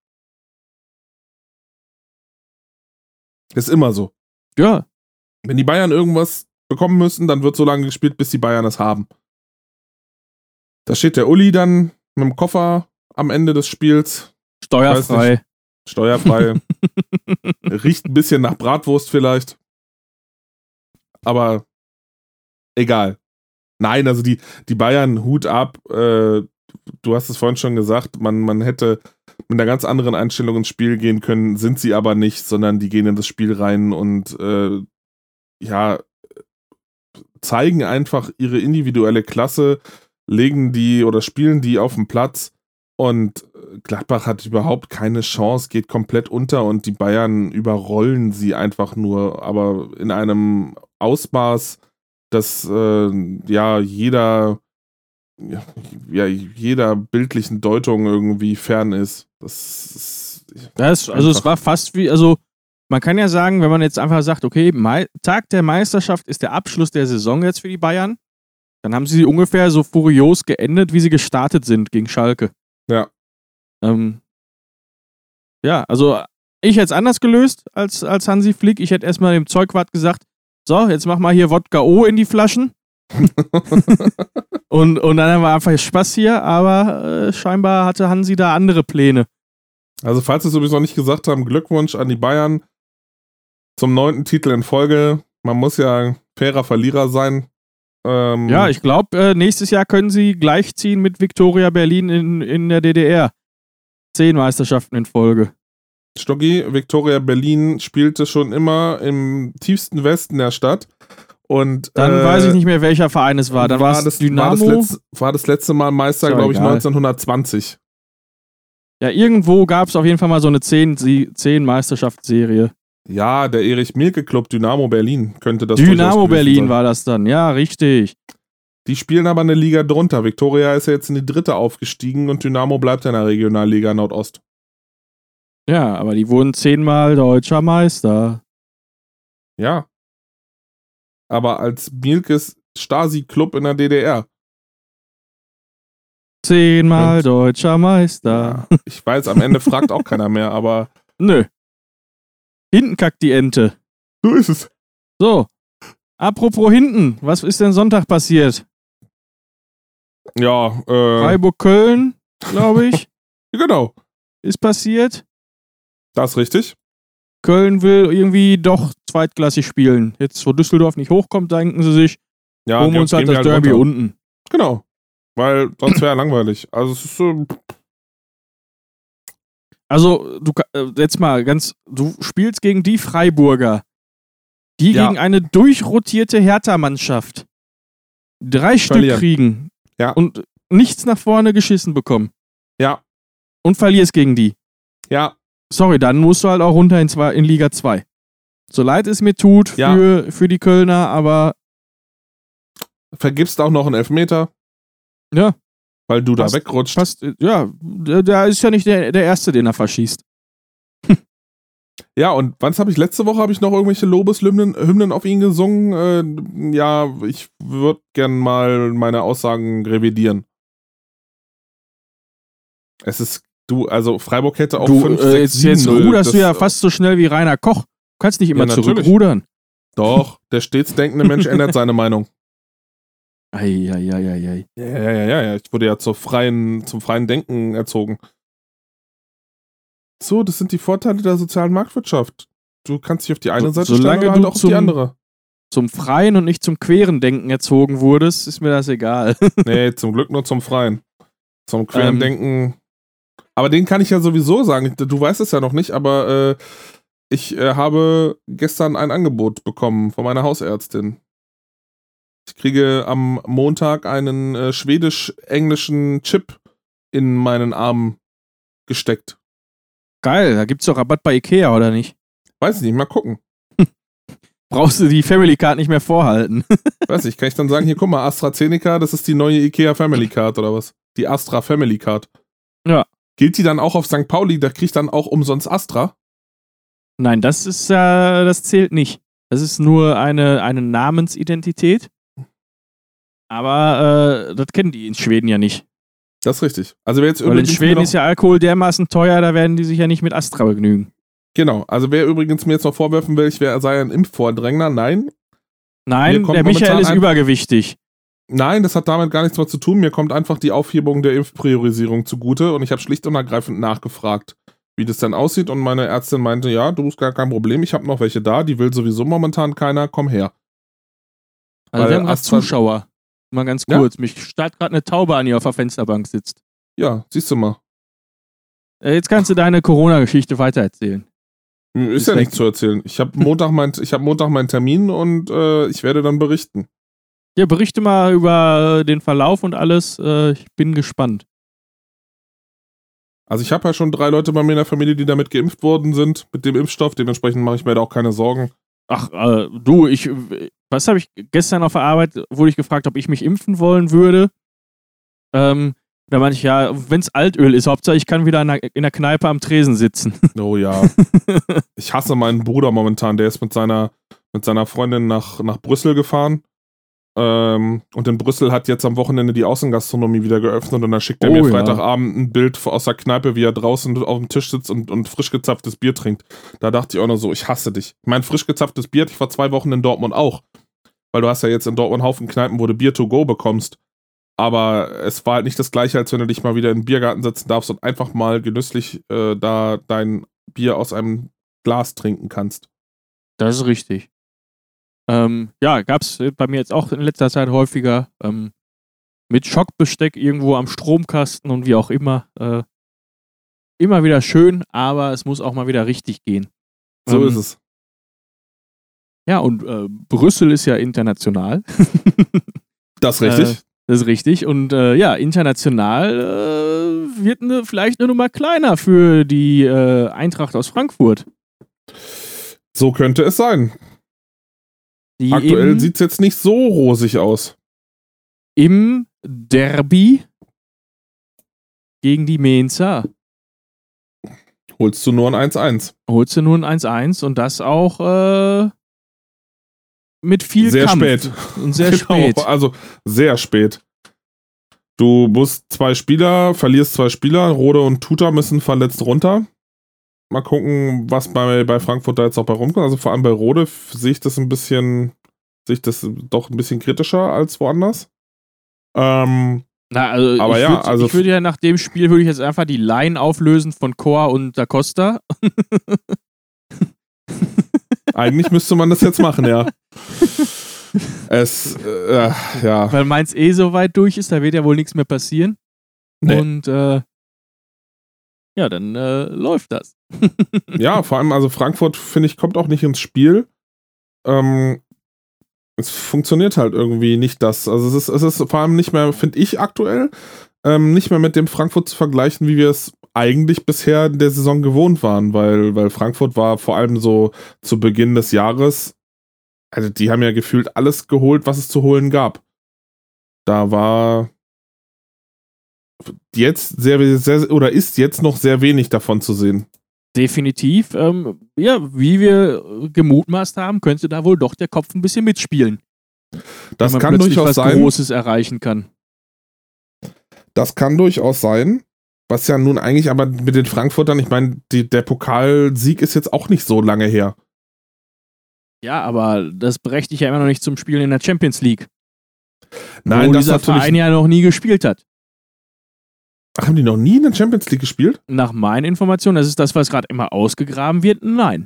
Ist immer so. Ja. Wenn die Bayern irgendwas bekommen müssen, dann wird so lange gespielt, bis die Bayern es haben. Da steht der Uli dann mit dem Koffer am Ende des Spiels. Steuerfrei. Steuerfrei. Riecht ein bisschen nach Bratwurst vielleicht. Aber egal. Nein, also die, die Bayern, Hut ab. Äh, du hast es vorhin schon gesagt, man, man hätte mit einer ganz anderen Einstellung ins Spiel gehen können, sind sie aber nicht, sondern die gehen in das Spiel rein und äh, ja, zeigen einfach ihre individuelle Klasse, legen die oder spielen die auf den Platz, und Gladbach hat überhaupt keine Chance, geht komplett unter, und die Bayern überrollen sie einfach nur, aber in einem Ausmaß, dass äh, ja jeder ja, jeder bildlichen Deutung irgendwie fern ist. Das ist das, also es war fast wie, also man kann ja sagen, wenn man jetzt einfach sagt, okay, Mai- Tag der Meisterschaft ist der Abschluss der Saison jetzt für die Bayern, dann haben sie ungefähr so furios geendet, wie sie gestartet sind gegen Schalke. Ja. Ähm, ja, also ich hätte es anders gelöst als, als Hansi Flick. Ich hätte erstmal dem Zeugwart gesagt, so, jetzt mach mal hier Wodka O in die Flaschen. und, und dann haben wir einfach Spaß hier, aber äh, scheinbar hatte Hansi da andere Pläne. Also falls wir es sowieso noch nicht gesagt haben, Glückwunsch an die Bayern zum neunten Titel in Folge. Man muss ja fairer Verlierer sein. Ähm, Ja, ich glaube, äh, nächstes Jahr können sie gleichziehen mit Viktoria Berlin in, in der D D R. Zehn Meisterschaften in Folge. Stoggi, Viktoria Berlin spielte schon immer im tiefsten Westen der Stadt. Und, Dann äh, weiß ich nicht mehr, welcher Verein es war. Dann war es das, Dynamo. War das, letzte, war das letzte Mal Meister, Ist ja glaube ich, egal. neunzehnhundertzwanzig. Ja, irgendwo gab es auf jeden Fall mal so eine zehn, zehn Meisterschaftsserie. Ja, der Erich-Mielke-Club Dynamo Berlin könnte das Dynamo durchaus gewesen Berlin sein. war das dann, ja, richtig. Die spielen aber eine Liga drunter. Viktoria ist ja jetzt in die dritte aufgestiegen und Dynamo bleibt ja in der Regionalliga Nordost. Ja, aber die wurden zehnmal deutscher Meister. Ja. Aber als Mielkes Stasi-Club in der D D R. Zehnmal Und- deutscher Meister. Ja, ich weiß, am Ende fragt auch keiner mehr, aber Nö. Hinten kackt die Ente. so ist es. So. Apropos hinten, was ist denn Sonntag passiert? Ja, äh, Freiburg-Köln, glaube ich, genau. ist passiert. Das ist richtig. Köln will irgendwie doch zweitklassig spielen. Jetzt, wo Düsseldorf nicht hochkommt, denken sie sich, Ja, holen wir die uns halt gehen das wir Derby runter. unten. Genau. Weil sonst wäre langweilig. Also es ist so. Also, du ka- äh, jetzt mal ganz, du spielst gegen die Freiburger, die Ja. gegen eine durchrotierte Hertha-Mannschaft drei Stück Verlieren. kriegen Ja. und nichts nach vorne geschissen bekommen Ja, und verlierst gegen die. ja, Sorry, dann musst du halt auch runter in, zwei, in Liga zwei. So leid es mir tut Ja. für, für die Kölner, aber vergibst auch noch einen Elfmeter, ja, weil du Passt- da wegrutscht. fast, äh, ja, der, der ist ja nicht der, der Erste, den er verschießt. Ja, und was habe ich letzte Woche? Habe ich noch irgendwelche Lobeshymnen Hymnen auf ihn gesungen? Äh, ja, ich würde gern mal meine Aussagen revidieren. Es ist, du, also Freiburg hätte auch Du, fünf, äh, sechs, jetzt, jetzt sieben null. ruderst du Das- ja fast so schnell wie Rainer Koch. Du kannst nicht immer Ja, natürlich. zurückrudern. Doch, der stets denkende Mensch ändert seine Meinung. Eieieiei. Ja, ja, ja, ja, ja. Ich wurde ja zur freien, zum freien Denken erzogen. So, das sind die Vorteile der sozialen Marktwirtschaft. Du kannst dich auf die eine So- Seite solange stellen, aber halt du auch auf zum- die andere. Zum freien und nicht zum queren Denken erzogen wurdest, ist mir das egal. Nee, zum Glück nur zum freien. Zum queren Ähm. Denken. Aber den kann ich ja sowieso sagen. Du weißt es ja noch nicht, aber äh, ich äh, habe gestern ein Angebot bekommen von meiner Hausärztin. Ich kriege am Montag einen äh, schwedisch-englischen Chip in meinen Arm gesteckt. Geil, da gibt's doch Rabatt bei Ikea, oder nicht? Weiß ich nicht, mal gucken. Brauchst du die Family Card nicht mehr vorhalten. Weiß ich, kann ich dann sagen, hier guck mal, AstraZeneca, das ist die neue Ikea Family Card oder was? Die Astra Family Card. Ja. Gilt die dann auch auf Sankt Pauli, da kriegt dann auch umsonst Astra? Nein, das ist ja, äh, das zählt nicht. Das ist nur eine, eine Namensidentität. Aber äh, das kennen die in Schweden ja nicht. Das ist richtig. Also wer jetzt Weil in übrigens Schweden noch, ist ja Alkohol dermaßen teuer, da werden die sich ja nicht mit Astra begnügen. Genau, also wer übrigens mir jetzt noch vorwerfen will, ich wäre, sei ein Impfvordrängler, nein. Nein, kommt der Michael momentan ist ein- übergewichtig. Nein, das hat damit gar nichts mehr zu tun. Mir kommt einfach die Aufhebung der Impfpriorisierung zugute und ich habe schlicht und ergreifend nachgefragt, wie das dann aussieht und meine Ärztin meinte, ja, du hast gar kein Problem, ich habe noch welche da, die will sowieso momentan keiner, komm her. Also Weil wir haben gerade Astra- Zuschauer. Mal ganz Ja? kurz. Mich starrt gerade eine Taube an, die auf der Fensterbank sitzt. Ja, siehst du mal. Äh, Jetzt kannst du deine Corona-Geschichte weitererzählen. Ist Ist ja weg. nichts zu erzählen. Ich habe Montag, mein, ich hab Montag meinen Termin und äh, ich werde dann berichten. Ja, berichte mal über äh, den Verlauf und alles. Äh, ich bin gespannt. Also ich habe ja schon drei Leute bei mir in der Familie, die damit geimpft worden sind, mit dem Impfstoff. Dementsprechend mache ich mir da auch keine Sorgen. Ach, äh, du, ich, was habe ich gestern auf der Arbeit, wurde ich gefragt, ob ich mich impfen wollen würde. Ähm, da meinte ich, ja, wenn es Altöl ist, Hauptsache ich kann wieder in der, in der Kneipe am Tresen sitzen. Oh ja. Ich hasse meinen Bruder momentan. Der ist mit seiner, mit seiner Freundin nach, nach Brüssel gefahren. Ähm, und in Brüssel hat jetzt am Wochenende die Außengastronomie wieder geöffnet und dann schickt er Oh mir ja. Freitagabend ein Bild aus der Kneipe, wie er draußen auf dem Tisch sitzt und, und frisch gezapftes Bier trinkt. Da dachte ich auch noch so, ich hasse dich. Ich meine, frisch gezapftes Bier hatte ich vor zwei Wochen in Dortmund auch. Weil du hast ja jetzt in Dortmund einen Haufen Kneipen, wo du Bier to go bekommst. Aber es war halt nicht das Gleiche, als wenn du dich mal wieder in den Biergarten setzen darfst und einfach mal genüsslich äh, da dein Bier aus einem Glas trinken kannst. Das ist richtig. Ähm, ja, gab es bei mir jetzt auch in letzter Zeit häufiger ähm, mit Schockbesteck irgendwo am Stromkasten und wie auch immer. Äh, immer wieder schön, aber es muss auch mal wieder richtig gehen. So Ähm, ist es. Ja, und äh, Brüssel ist ja international. Das ist richtig. Äh, das ist richtig. Und äh, ja, international äh, wird ne, vielleicht eine Nummer kleiner für die äh, Eintracht aus Frankfurt. So könnte es sein. Die Aktuell im, sieht es jetzt nicht so rosig aus. im Derby gegen die Mainzer Holst du nur ein eins eins. holst du nur ein eins eins und das auch äh, mit viel Sehr Kampf. spät. Und sehr Genau, spät. also sehr spät. Du musst zwei Spieler, verlierst zwei Spieler, Rode und Tuta müssen verletzt runter. Mal gucken, was bei, bei Frankfurt da jetzt auch bei rumkommt. Also vor allem bei Rode f- sehe ich das ein bisschen, sehe ich das doch ein bisschen kritischer als woanders. Ähm, Na, also Aber ich ja, würd, also ich würde ja nach dem Spiel würde ich jetzt einfach die Line auflösen von Koa und Da Costa. eigentlich müsste man das jetzt machen, ja. Es, äh, ja. Weil Mainz eh so weit durch ist, da wird ja wohl nichts mehr passieren. Nee. Und äh, ja, dann äh, läuft das. Ja, vor allem, also Frankfurt, finde ich, kommt auch nicht ins Spiel. Ähm, es funktioniert halt irgendwie nicht das. Also es ist, es ist vor allem nicht mehr, finde ich aktuell, ähm, nicht mehr mit dem Frankfurt zu vergleichen, wie wir es eigentlich bisher in der Saison gewohnt waren, weil, weil Frankfurt war vor allem so zu Beginn des Jahres, also die haben ja gefühlt alles geholt, was es zu holen gab. Da war jetzt sehr, sehr, oder ist jetzt noch sehr wenig davon zu sehen. Definitiv. Ähm, ja, wie wir gemutmaßt haben, könnte da wohl doch der Kopf ein bisschen mitspielen. Das wenn man kann plötzlich durchaus was sein. Großes erreichen kann. Das kann durchaus sein. Was ja nun eigentlich aber mit den Frankfurtern, ich meine, die, der Pokalsieg ist jetzt auch nicht so lange her. Ja, aber das berechtigt ja immer noch nicht zum Spielen in der Champions League. Nein, wo das dieser natürlich. Verein ja noch nie gespielt hat. Ach, haben die noch nie in der Champions League gespielt? Nach meinen Informationen, das ist das, was gerade immer ausgegraben wird, nein.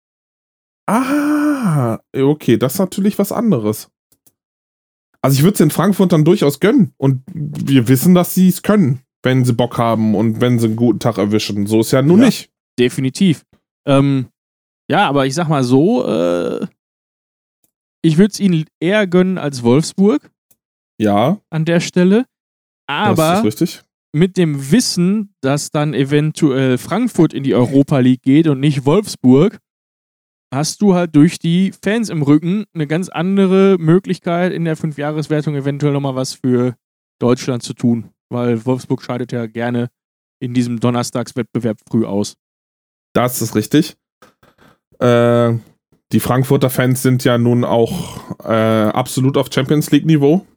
Ah, okay, das ist natürlich was anderes. Also ich würde es den Frankfurtern durchaus gönnen. Und wir wissen, dass sie es können, wenn sie Bock haben und wenn sie einen guten Tag erwischen. So ist ja nun Ja. nicht. Definitiv. Ähm, ja, aber ich sag mal so, äh, ich würde es ihnen eher gönnen als Wolfsburg Ja, an der Stelle. das Aber ist richtig. mit dem Wissen, dass dann eventuell Frankfurt in die Europa League geht und nicht Wolfsburg, hast du halt durch die Fans im Rücken eine ganz andere Möglichkeit, in der Fünfjahreswertung eventuell nochmal was für Deutschland zu tun. Weil Wolfsburg scheidet ja gerne in diesem Donnerstagswettbewerb früh aus. Das ist richtig. Äh, die Frankfurter Fans sind ja nun auch äh, absolut auf Champions League-Niveau.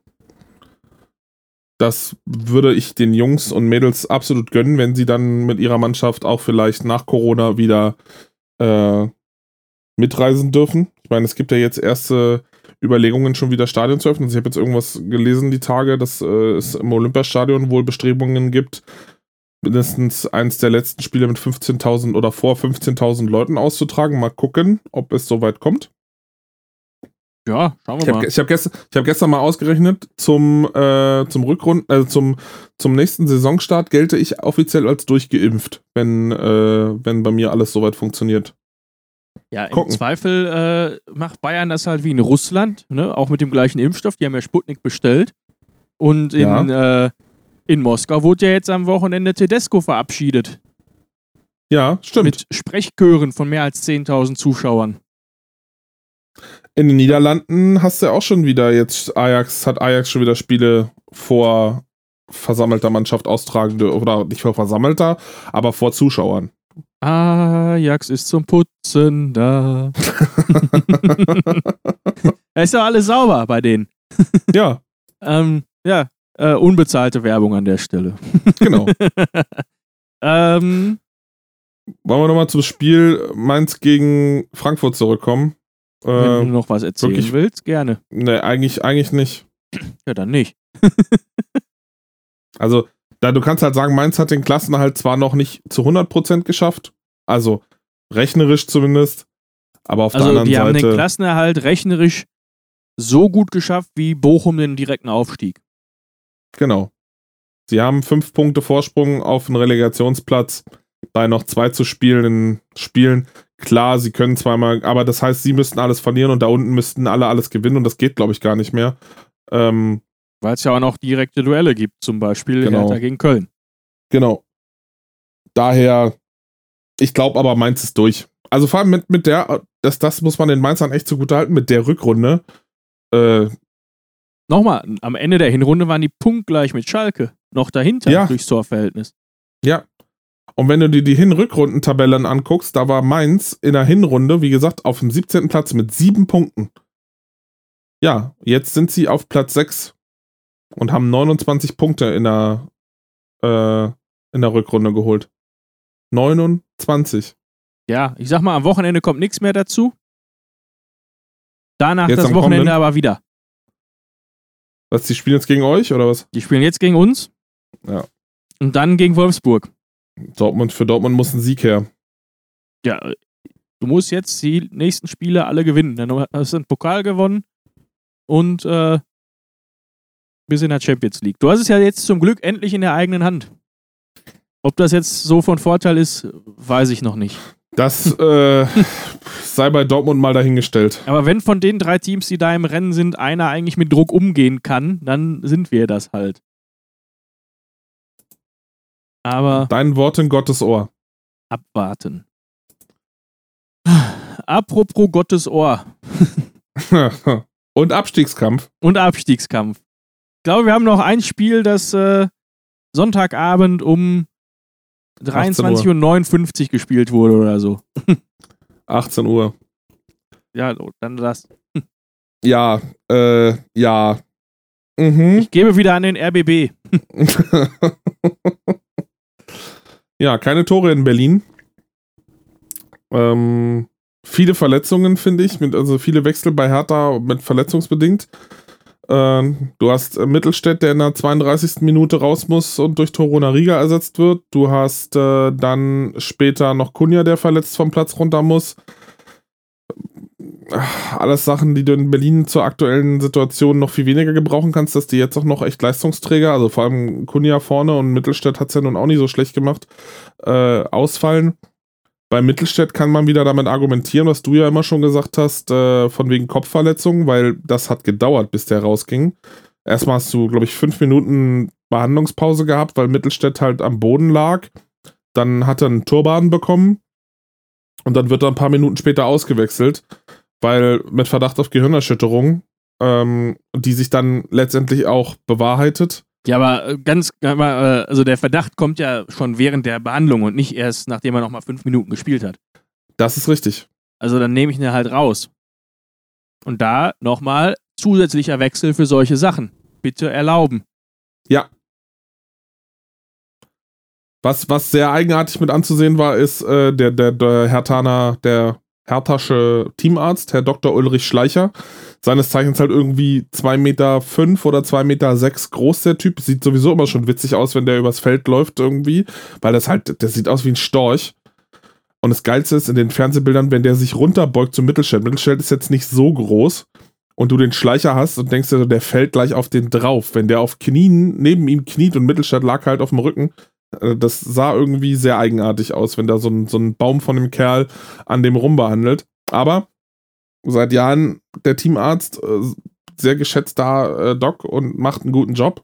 Das würde ich den Jungs und Mädels absolut gönnen, wenn sie dann mit ihrer Mannschaft auch vielleicht nach Corona wieder äh, mitreisen dürfen. Ich meine, es gibt ja jetzt erste Überlegungen, schon wieder Stadien zu öffnen. Also ich habe jetzt irgendwas gelesen die Tage, dass äh, es im Olympiastadion wohl Bestrebungen gibt, mindestens eins der letzten Spiele mit fünfzehntausend oder vor fünfzehntausend Leuten auszutragen. Mal gucken, ob es soweit kommt. Ja, schauen wir Ich habe mal. ich hab gestern, ich hab gestern mal ausgerechnet, zum, äh, zum Rückrunden, also zum, zum nächsten Saisonstart gelte ich offiziell als durchgeimpft, wenn, äh, wenn bei mir alles soweit funktioniert. Ja, im gucken. Zweifel äh, macht Bayern das halt wie in Russland, ne? Auch mit dem gleichen Impfstoff. Die haben ja Sputnik bestellt. Und in, äh, in Moskau wurde ja jetzt am Wochenende Tedesco verabschiedet. Ja, stimmt. Mit Sprechchören von mehr als zehntausend Zuschauern. In den Niederlanden hast du auch schon wieder jetzt Ajax, hat Ajax schon wieder Spiele vor versammelter Mannschaft austragen dürfen. Oder nicht vor versammelter, aber vor Zuschauern. Ajax ist zum Putzen da. Da ist doch alles sauber bei denen. Ja, ähm, ja, äh, unbezahlte Werbung an der Stelle. genau. ähm, Wollen wir nochmal zum Spiel Mainz gegen Frankfurt zurückkommen? wenn Äh, du noch was erzählen wirklich? willst, gerne. ne, eigentlich, eigentlich nicht. Ja, dann nicht. Also, da du kannst halt sagen, Mainz hat den Klassenerhalt zwar noch nicht zu hundert Prozent geschafft, also rechnerisch zumindest, aber auf Also, der anderen die haben den Seite, Klassenerhalt rechnerisch so gut geschafft wie Bochum den direkten Aufstieg. genau. Sie haben fünf Punkte Vorsprung auf einen Relegationsplatz bei noch zwei zu spielenden Spielen. Klar, sie können zweimal, aber das heißt, sie müssten alles verlieren und da unten müssten alle alles gewinnen und das geht, glaube ich, gar nicht mehr. Ähm, Weil es ja auch noch direkte Duelle gibt, zum Beispiel Genau. Hertha gegen Köln. Genau. Daher, ich glaube aber, Mainz ist durch. Also vor allem mit, mit der, das, das muss man den Mainzern echt zugute halten, mit der Rückrunde. Äh, Nochmal, am Ende der Hinrunde waren die punktgleich mit Schalke. Noch dahinter Ja. durchs Torverhältnis. ja. Und wenn du dir die Hin-Rückrundentabellen anguckst, da war Mainz in der Hinrunde, wie gesagt, auf dem siebzehnten Platz mit sieben Punkten. Ja, jetzt sind sie auf Platz sechs und haben neunundzwanzig Punkte in der, äh, in der Rückrunde geholt. neunundzwanzig. Ja, ich sag mal, am Wochenende kommt nichts mehr dazu. Danach Jetzt das am Wochenende kommenden? aber wieder. Was, die spielen jetzt gegen euch oder was? Die spielen jetzt gegen uns. Ja. Und dann gegen Wolfsburg. Dortmund, für Dortmund muss ein Sieg her. Ja, du musst jetzt die nächsten Spiele alle gewinnen. Dann hast du einen Pokal gewonnen und äh, bist in der Champions League. Du hast es ja jetzt zum Glück endlich in der eigenen Hand. Ob das jetzt so von Vorteil ist, weiß ich noch nicht. Das äh, sei bei Dortmund mal dahingestellt. Aber wenn von den drei Teams, die da im Rennen sind, einer eigentlich mit Druck umgehen kann, dann sind wir das halt. Aber Dein Wort in Gottes Ohr. abwarten. Apropos Gottes Ohr Und Abstiegskampf. und Abstiegskampf. Ich glaube, wir haben noch ein Spiel, das äh, Sonntagabend um dreiundzwanzig Uhr neunundfünfzig gespielt wurde oder so. achtzehn Uhr. Ja, dann das. Ja, äh, ja. Mhm. Ich gebe wieder an den R B B. Ja, keine Tore in Berlin. Ähm, viele Verletzungen, finde ich. Mit, also viele Wechsel bei Hertha mit verletzungsbedingt. Ähm, du hast äh, Mittelstädt, der in der zweiunddreißigsten Minute raus muss und durch Toruna Riga ersetzt wird. Du hast äh, dann später noch Kunja, der verletzt vom Platz runter muss. Alles Sachen, die du in Berlin zur aktuellen Situation noch viel weniger gebrauchen kannst, dass die jetzt auch noch echt Leistungsträger, also vor allem Kunja vorne und Mittelstädt hat es ja nun auch nicht so schlecht gemacht, äh, ausfallen. Bei Mittelstädt kann man wieder damit argumentieren, was du ja immer schon gesagt hast, äh, von wegen Kopfverletzungen, weil das hat gedauert, bis der rausging. Erstmal hast du, glaube ich, fünf Minuten Behandlungspause gehabt, weil Mittelstädt halt am Boden lag. Dann hat er einen Turban bekommen. Und dann wird er ein paar Minuten später ausgewechselt, weil mit Verdacht auf Gehirnerschütterung, ähm, die sich dann letztendlich auch bewahrheitet. Ja, aber ganz, also der Verdacht kommt ja schon während der Behandlung und nicht erst, nachdem er nochmal fünf Minuten gespielt hat. Das ist richtig. Also dann nehme ich ihn halt raus. Und da nochmal zusätzlicher Wechsel für solche Sachen. Bitte erlauben. Ja. Was, was sehr eigenartig mit anzusehen war, ist äh, der, der, der Herthaner, der herthasche Teamarzt, Herr Doktor Ulrich Schleicher. Seines Zeichens halt irgendwie zwei Meter fünf oder zwei Meter sechs groß, der Typ. Sieht sowieso immer schon witzig aus, wenn der übers Feld läuft irgendwie. Weil das halt, der sieht aus wie ein Storch. Und das Geilste ist in den Fernsehbildern, wenn der sich runterbeugt zum Mittelstädt. Mittelstädt ist jetzt nicht so groß. Und du den Schleicher hast und denkst dir, der fällt gleich auf den drauf. Wenn der auf Knien neben ihm kniet und Mittelstädt lag halt auf dem Rücken, das sah irgendwie sehr eigenartig aus, wenn da so ein, so ein Baum von dem Kerl an dem rumbehandelt. Aber seit Jahren der Teamarzt, sehr geschätzter Doc und macht einen guten Job.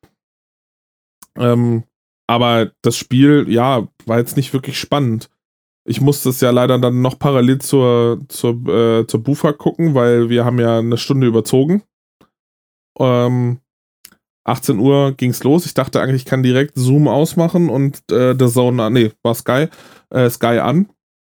Ähm, aber das Spiel, ja, war jetzt nicht wirklich spannend. Ich musste es ja leider dann noch parallel zur, zur, äh, zur Bufa gucken, weil wir haben ja eine Stunde überzogen. Ähm, achtzehn Uhr ging's los. Ich dachte eigentlich, ich kann direkt Zoom ausmachen und äh, The Zone, nee, war Sky, äh, Sky an.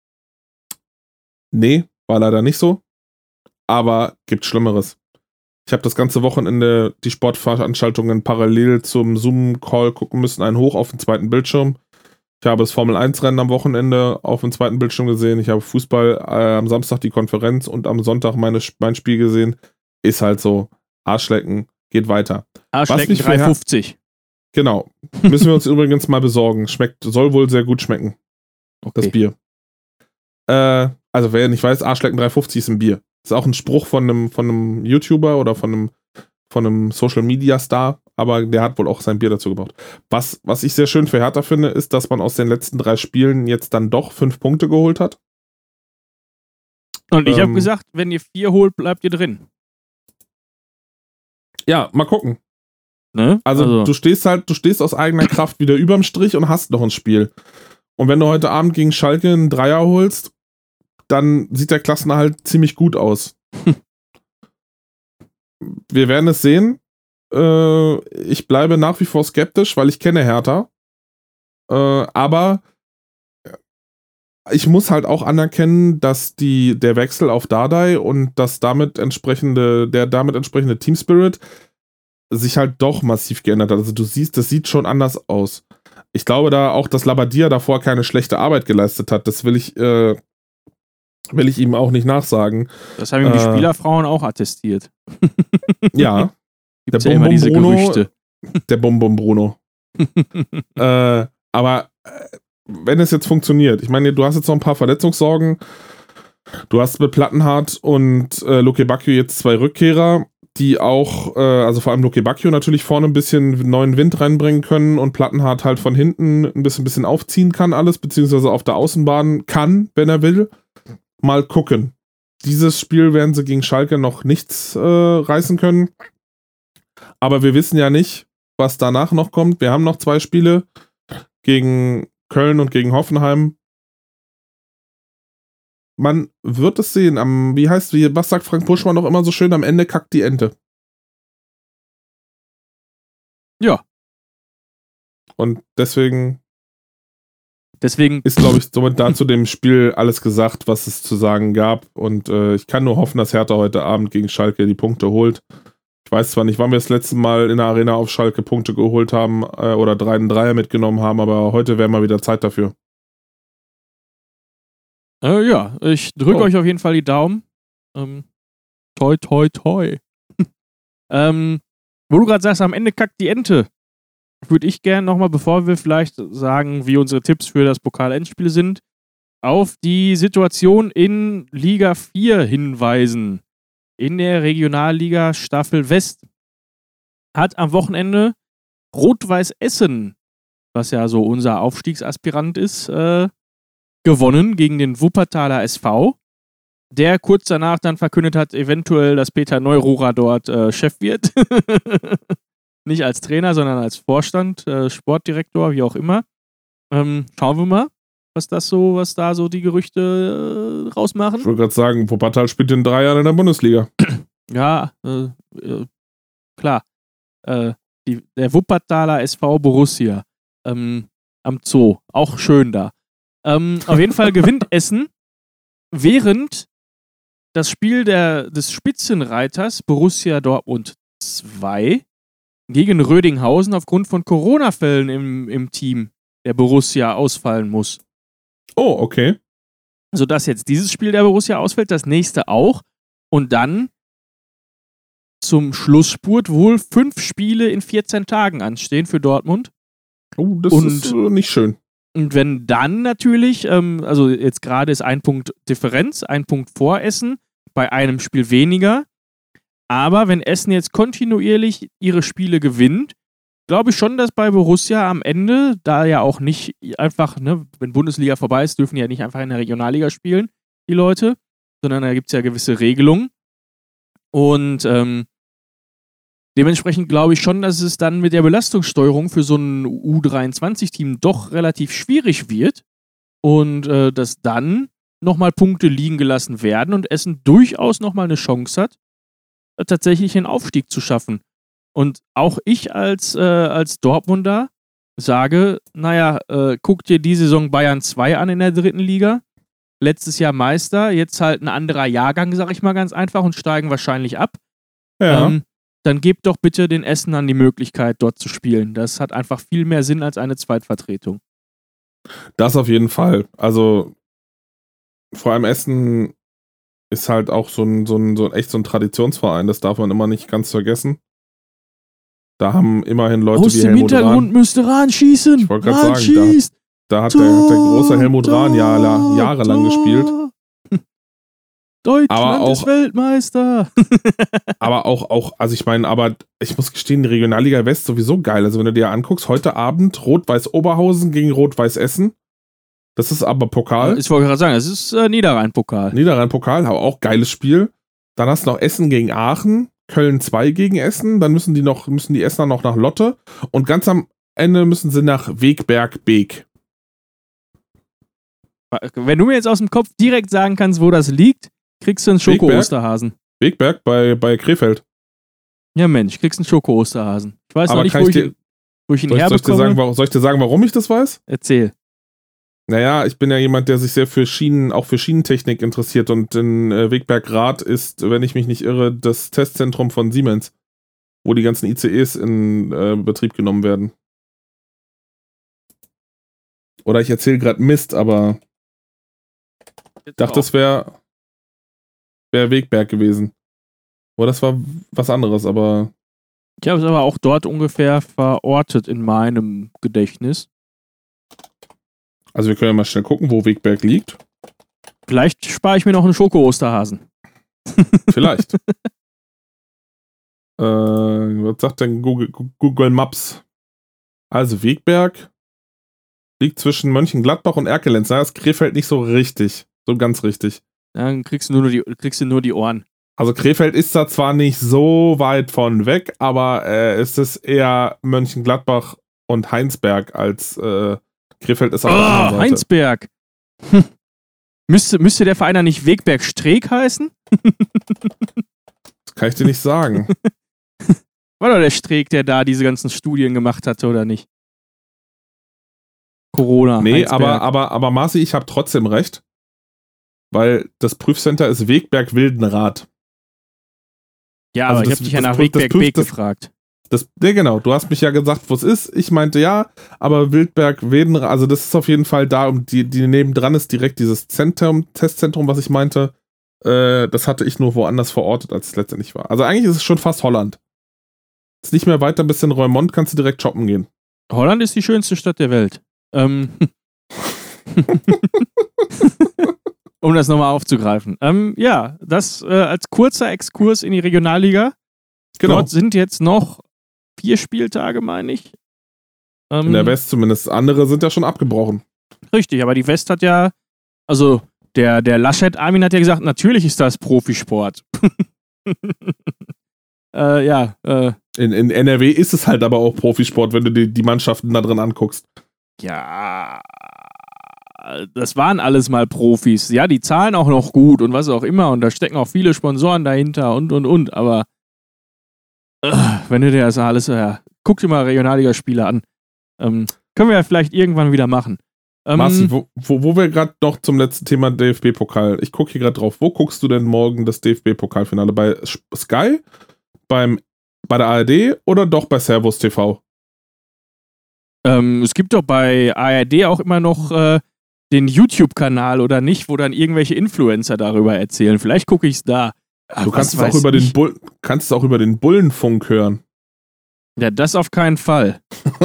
Nee, war leider nicht so. Aber gibt Schlimmeres. Ich habe das ganze Wochenende die Sportveranstaltungen parallel zum Zoom-Call gucken müssen, einen hoch auf den zweiten Bildschirm. Ich habe das Formel eins Rennen am Wochenende auf dem zweiten Bildschirm gesehen. Ich habe Fußball äh, am Samstag die Konferenz und am Sonntag meine, mein Spiel gesehen. Ist halt so. Arschlecken, geht weiter. Arschlecken drei fünfzig. Genau. Müssen wir uns übrigens mal besorgen. Schmeckt, soll wohl sehr gut schmecken. Okay. Das Bier. Äh, also wer nicht weiß, Arschlecken drei fünfzig ist ein Bier. Ist auch ein Spruch von einem, von einem YouTuber oder von einem, von einem Social Media Star, aber der hat wohl auch sein Bier dazu gebraucht. Was, was ich sehr schön für Hertha finde, ist, dass man aus den letzten drei Spielen jetzt dann doch fünf Punkte geholt hat. Und ich ähm, habe gesagt, wenn ihr vier holt, bleibt ihr drin. Ja, mal gucken. Ne? Also, also du stehst halt, du stehst aus eigener Kraft wieder überm Strich und hast noch ein Spiel. Und wenn du heute Abend gegen Schalke einen Dreier holst, dann sieht der Klassenerhalt ziemlich gut aus. Wir werden es sehen. Äh, ich bleibe nach wie vor skeptisch, weil ich kenne Hertha. Äh, aber ich muss halt auch anerkennen, dass die, der Wechsel auf Dardai und das damit entsprechende, der damit entsprechende Team Spirit sich halt doch massiv geändert hat. Also du siehst, das sieht schon anders aus. Ich glaube da auch, dass Labadia davor keine schlechte Arbeit geleistet hat. Das will ich, äh, will ich ihm auch nicht nachsagen. Das haben ihm die äh, Spielerfrauen auch attestiert. Ja. Gibt's der ja immer diese Bruno, Gerüchte. Der Bum Bum Bruno. äh, aber äh, wenn es jetzt funktioniert, ich meine, du hast jetzt noch ein paar Verletzungssorgen. Du hast mit Plattenhardt und äh, Luke Bacchio jetzt zwei Rückkehrer, die auch, äh, also vor allem Luke Bacchio natürlich vorne ein bisschen neuen Wind reinbringen können und Plattenhardt halt von hinten ein bisschen, bisschen aufziehen kann alles, beziehungsweise auf der Außenbahn kann, wenn er will. Mal gucken. Dieses Spiel werden sie gegen Schalke noch nichts äh, reißen können. Aber wir wissen ja nicht, was danach noch kommt. Wir haben noch zwei Spiele gegen Köln und gegen Hoffenheim. Man wird es sehen. Am, wie heißt, wie, was sagt Frank Buschmann noch immer so schön? Am Ende kackt die Ente. Ja. Und deswegen, deswegen ist, glaube ich, somit da zu dem Spiel alles gesagt, was es zu sagen gab. Und äh, ich kann nur hoffen, dass Hertha heute Abend gegen Schalke die Punkte holt. Ich weiß zwar nicht, wann wir das letzte Mal in der Arena auf Schalke Punkte geholt haben äh, oder drei einen Dreier mitgenommen haben, aber heute wäre mal wieder Zeit dafür. Äh, ja, ich drücke oh. euch auf jeden Fall die Daumen. Ähm, toi, toi, toi. ähm, wo du gerade sagst, am Ende kackt die Ente, würde ich gerne nochmal, bevor wir vielleicht sagen, wie unsere Tipps für das Pokal-Endspiel sind, auf die Situation in Liga vier hinweisen. In der Regionalliga Staffel West hat am Wochenende Rot-Weiß Essen, was ja so unser Aufstiegsaspirant ist, äh, gewonnen gegen den Wuppertaler S V, der kurz danach dann verkündet hat, eventuell, dass Peter Neururer dort äh, Chef wird. Nicht als Trainer, sondern als Vorstand, äh, Sportdirektor, wie auch immer. Ähm, schauen wir mal. was das so, was da so die Gerüchte äh, rausmachen. Ich wollte gerade sagen, Wuppertal spielt in drei Jahren in der Bundesliga. Ja, äh, äh, klar. Äh, die, der Wuppertaler S V Borussia ähm, am Zoo. Auch schön da. Ähm, auf jeden Fall gewinnt Essen, während das Spiel der, des Spitzenreiters Borussia Dortmund zwei gegen Rödinghausen aufgrund von Corona-Fällen im, im Team der Borussia ausfallen muss. Oh, okay. Sodass jetzt dieses Spiel der Borussia ausfällt, das nächste auch. Und dann zum Schlussspurt wohl fünf Spiele in vierzehn Tagen anstehen für Dortmund. Oh, das und, ist äh, nicht schön. Und wenn dann natürlich, ähm, also jetzt gerade ist ein Punkt Differenz, ein Punkt vor Essen, bei einem Spiel weniger. Aber wenn Essen jetzt kontinuierlich ihre Spiele gewinnt, glaube ich schon, dass bei Borussia am Ende, da ja auch nicht einfach, ne, wenn Bundesliga vorbei ist, dürfen die ja nicht einfach in der Regionalliga spielen, die Leute, sondern da gibt es ja gewisse Regelungen. Und ähm, dementsprechend glaube ich schon, dass es dann mit der Belastungssteuerung für so ein U dreiundzwanzig-Team doch relativ schwierig wird und äh, dass dann nochmal Punkte liegen gelassen werden und Essen durchaus nochmal eine Chance hat, äh, tatsächlich den Aufstieg zu schaffen. Und auch ich als, äh, als Dortmunder sage, naja, äh, guck dir die Saison Bayern zwei an in der dritten Liga. Letztes Jahr Meister, jetzt halt ein anderer Jahrgang, sag ich mal ganz einfach, und steigen wahrscheinlich ab. Ja. Ähm, dann gebt doch bitte den Essenern die Möglichkeit, dort zu spielen. Das hat einfach viel mehr Sinn als eine Zweitvertretung. Das auf jeden Fall. Also vor allem Essen ist halt auch so ein, so ein, so ein echt so ein Traditionsverein, das darf man immer nicht ganz vergessen. Da haben immerhin Leute Aus wie dem Helmut Hintergrund Rahn. müsste Rahn schießen. Ich wollte gerade Rahn sagen, da, schießt. da hat der, hat der große Helmut Rahn Jahr, jahrelang gespielt. Deutschland Aber auch- ist Weltmeister. Aber auch, auch, also ich meine, aber ich muss gestehen, die Regionalliga West sowieso geil. Also wenn du dir anguckst, heute Abend Rot-Weiß Oberhausen gegen Rot-Weiß Essen. Das ist aber Pokal. Ich wollte gerade sagen, es ist äh, Niederrhein-Pokal. Niederrhein-Pokal, aber auch geiles Spiel. Dann hast du noch Essen gegen Aachen, Köln zwei gegen Essen, dann müssen die noch, müssen die Essener noch nach Lotte und ganz am Ende müssen sie nach Wegberg-Beek. Wenn du mir jetzt aus dem Kopf direkt sagen kannst, wo das liegt, kriegst du einen Wegberg? Schoko-Osterhasen. Wegberg bei, bei Krefeld. Ja Mensch, kriegst einen Schoko-Osterhasen. Ich weiß Aber noch nicht, kann wo ich ich, dir- wo ich ihn Soll ich, soll, ich dir herbekomme. sagen, warum, soll ich dir sagen, warum ich das weiß? Erzähl. Naja, ich bin ja jemand, der sich sehr für Schienen, auch für Schienentechnik interessiert und in äh, Wegberg-Rath ist, wenn ich mich nicht irre, das Testzentrum von Siemens, wo die ganzen I C Es in äh, Betrieb genommen werden. Oder ich erzähle gerade Mist, aber ich dachte, es wäre wär Wegberg gewesen. Oder das war was anderes, aber Ich habe es aber auch dort ungefähr verortet in meinem Gedächtnis. also wir können ja mal schnell gucken, wo Wegberg liegt. Vielleicht spare ich mir noch einen Schoko-Osterhasen. Vielleicht. äh, was sagt denn Google, Google Maps? Also Wegberg liegt zwischen Mönchengladbach und Erkelenz. Da ist Krefeld nicht so richtig. So ganz richtig. Dann kriegst du nur die, kriegst du nur die Ohren. Also Krefeld ist da zwar nicht so weit von weg, aber äh, es ist eher Mönchengladbach und Heinsberg als äh, Krefeld ist auf der anderen Oh, Seite. Heinsberg. Hm. Müsste, müsste der Verein dann nicht Wegberg-Streeck heißen? Das kann ich dir nicht sagen. War doch der Streeck, der da diese ganzen Studien gemacht hatte, oder nicht? Corona. Nee, Heinsberg. aber, aber, aber Marci, ich habe trotzdem recht. Weil das Prüfcenter ist Wegberg-Wildenrath. Ja, also aber ich das- habe dich ja das nach prüft- das Wegberg-Beek prüft das- gefragt. Das, nee, genau, du hast mich ja gesagt, wo es ist. Ich meinte ja, aber Wildberg-Wedenrath, also das ist auf jeden Fall da, und die, die nebendran ist direkt dieses Zentrum, Testzentrum, was ich meinte. Äh, das hatte ich nur woanders verortet, als es letztendlich war. Also eigentlich ist es schon fast Holland. Ist nicht mehr weiter, bis in Roermond kannst du direkt shoppen gehen. Holland ist die schönste Stadt der Welt. Ähm. um das nochmal aufzugreifen. Ähm, ja, das äh, als kurzer Exkurs in die Regionalliga. Genau. Dort sind jetzt noch vier Spieltage, meine ich. Ähm, In der West zumindest. Andere sind ja schon abgebrochen. Richtig, aber die West hat ja, also der, der Laschet Armin hat ja gesagt, natürlich ist das Profisport. äh, ja, äh, In, in N R W ist es halt aber auch Profisport, wenn du dir die Mannschaften da drin anguckst. ja, das waren alles mal Profis. Ja, die zahlen auch noch gut und was auch immer und da stecken auch viele Sponsoren dahinter und, und, und. Aber äh, wenn du dir das alles, ja, guck dir mal Regionalligaspiele an. Ähm, können wir ja vielleicht irgendwann wieder machen. Ähm, Marci, wo, wo, wo wir gerade noch zum letzten Thema D F B-Pokal, ich gucke hier gerade drauf, wo guckst du denn morgen das D F B-Pokalfinale? Bei Sky, beim, bei der A R D oder doch bei Servus T V? Ähm, es gibt doch bei A R D auch immer noch äh, den YouTube-Kanal, oder nicht, wo dann irgendwelche Influencer darüber erzählen. Vielleicht gucke ich es da. Ach, du kannst es, auch über den Bull, kannst es auch über den Bullenfunk hören. Ja, das auf keinen Fall.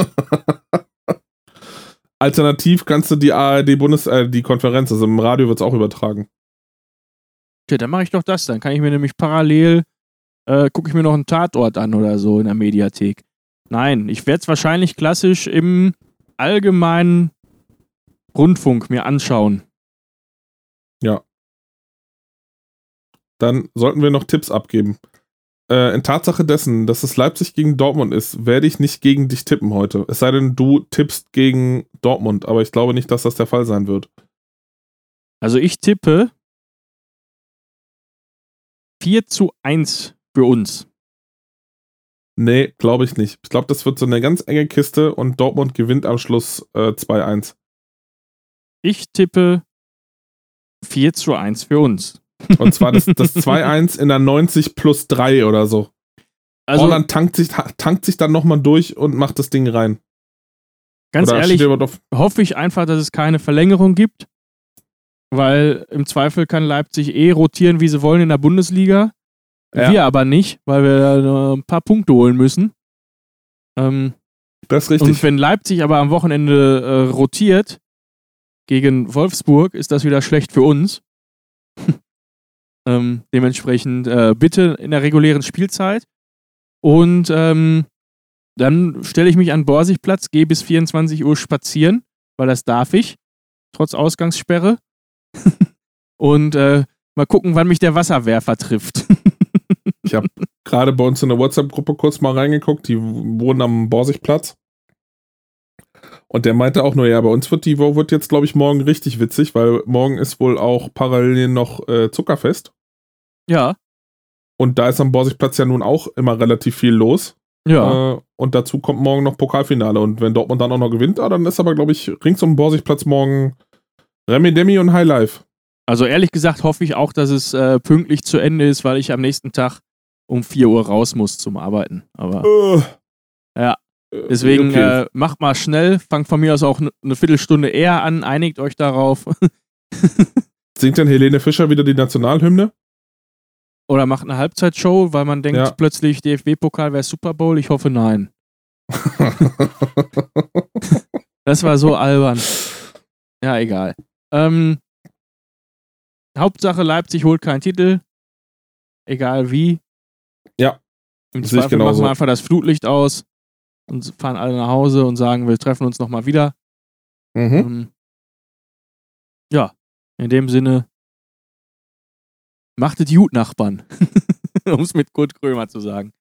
Alternativ kannst du die A R D-Bundes-, äh, die Konferenz, also im Radio wird es auch übertragen. Okay, dann mache ich doch das. Dann kann ich mir nämlich parallel, äh, gucke ich mir noch einen Tatort an oder so in der Mediathek. Nein, ich werde es wahrscheinlich klassisch im allgemeinen Rundfunk mir anschauen. Ja. Dann sollten wir noch Tipps abgeben. Äh, in Tatsache dessen, dass es Leipzig gegen Dortmund ist, werde ich nicht gegen dich tippen heute. Es sei denn, du tippst gegen Dortmund, aber ich glaube nicht, dass das der Fall sein wird. Also ich tippe vier zu eins für uns. Nee, glaube ich nicht. Ich glaube, das wird so eine ganz enge Kiste und Dortmund gewinnt am Schluss äh, zwei eins. Ich tippe vier zu eins für uns. Und zwar das, das zwei eins in der neunzig plus drei oder so. Also, Holland tankt sich, tankt sich dann nochmal durch und macht das Ding rein. Ganz oder ehrlich, hoffe ich einfach, dass es keine Verlängerung gibt, weil im Zweifel kann Leipzig eh rotieren, wie sie wollen in der Bundesliga. Ja. Wir aber nicht, weil wir da ein paar Punkte holen müssen. Ähm, das ist richtig. Und wenn Leipzig aber am Wochenende äh, rotiert gegen Wolfsburg, ist das wieder schlecht für uns. ähm, dementsprechend äh, bitte in der regulären Spielzeit. Und ähm, dann stelle ich mich an Borsigplatz, gehe bis vierundzwanzig Uhr spazieren, weil das darf ich, trotz Ausgangssperre. Und äh, mal gucken, wann mich der Wasserwerfer trifft. Ich habe gerade bei uns in der WhatsApp-Gruppe kurz mal reingeguckt, die wohnen am Borsigplatz. Und der meinte auch nur, ja, bei uns wird die wird jetzt, glaube ich, morgen richtig witzig, weil morgen ist wohl auch parallel noch äh, Zuckerfest. Ja. Und da ist am Borsigplatz ja nun auch immer relativ viel los. Ja. Äh, und dazu kommt morgen noch Pokalfinale. Und wenn Dortmund dann auch noch gewinnt, ah, dann ist aber, glaube ich, rings um den Borsigplatz morgen Remi Demi und High Life. Also ehrlich gesagt hoffe ich auch, dass es äh, pünktlich zu Ende ist, weil ich am nächsten Tag um vier Uhr raus muss zum Arbeiten. Aber uh, ja, deswegen okay. äh, macht mal schnell, fangt von mir aus auch eine Viertelstunde eher an, einigt euch darauf. Singt dann Helene Fischer wieder die Nationalhymne? Oder macht eine Halbzeitshow, weil man denkt ja. plötzlich, D F B-Pokal wäre Super Bowl. Ich hoffe, nein. Das war so albern. Ja, egal. Ähm, Hauptsache, Leipzig holt keinen Titel. Egal wie. Ja. Im Zweifel machen wir einfach das Flutlicht aus und fahren alle nach Hause und sagen, wir treffen uns nochmal wieder. Mhm. Ähm, ja, in dem Sinne, macht es gut, Nachbarn. Um es mit Kurt Krömer zu sagen.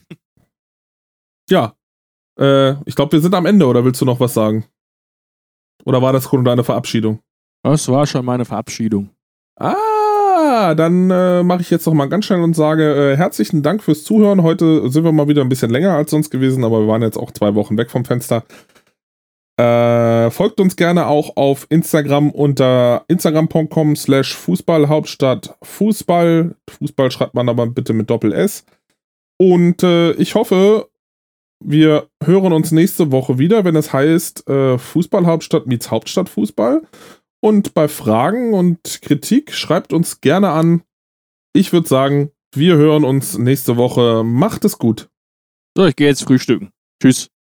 Ja. Äh, ich glaube, wir sind am Ende, oder willst du noch was sagen? Oder war das schon deine Verabschiedung? Das war schon meine Verabschiedung. Ah, dann äh, mache ich jetzt noch mal ganz schnell und sage äh, herzlichen Dank fürs Zuhören. Heute sind wir mal wieder ein bisschen länger als sonst gewesen, aber wir waren jetzt auch zwei Wochen weg vom Fenster. Äh, folgt uns gerne auch auf Instagram unter instagram punkt com slash Fußballhauptstadt Fußball. Fußball schreibt man aber bitte mit Doppel-S. Und äh, ich hoffe, wir hören uns nächste Woche wieder, wenn es heißt äh, Fußballhauptstadt meets Hauptstadtfußball. Und bei Fragen und Kritik schreibt uns gerne an. Ich würde sagen, wir hören uns nächste Woche. Macht es gut. So, ich gehe jetzt frühstücken. Tschüss.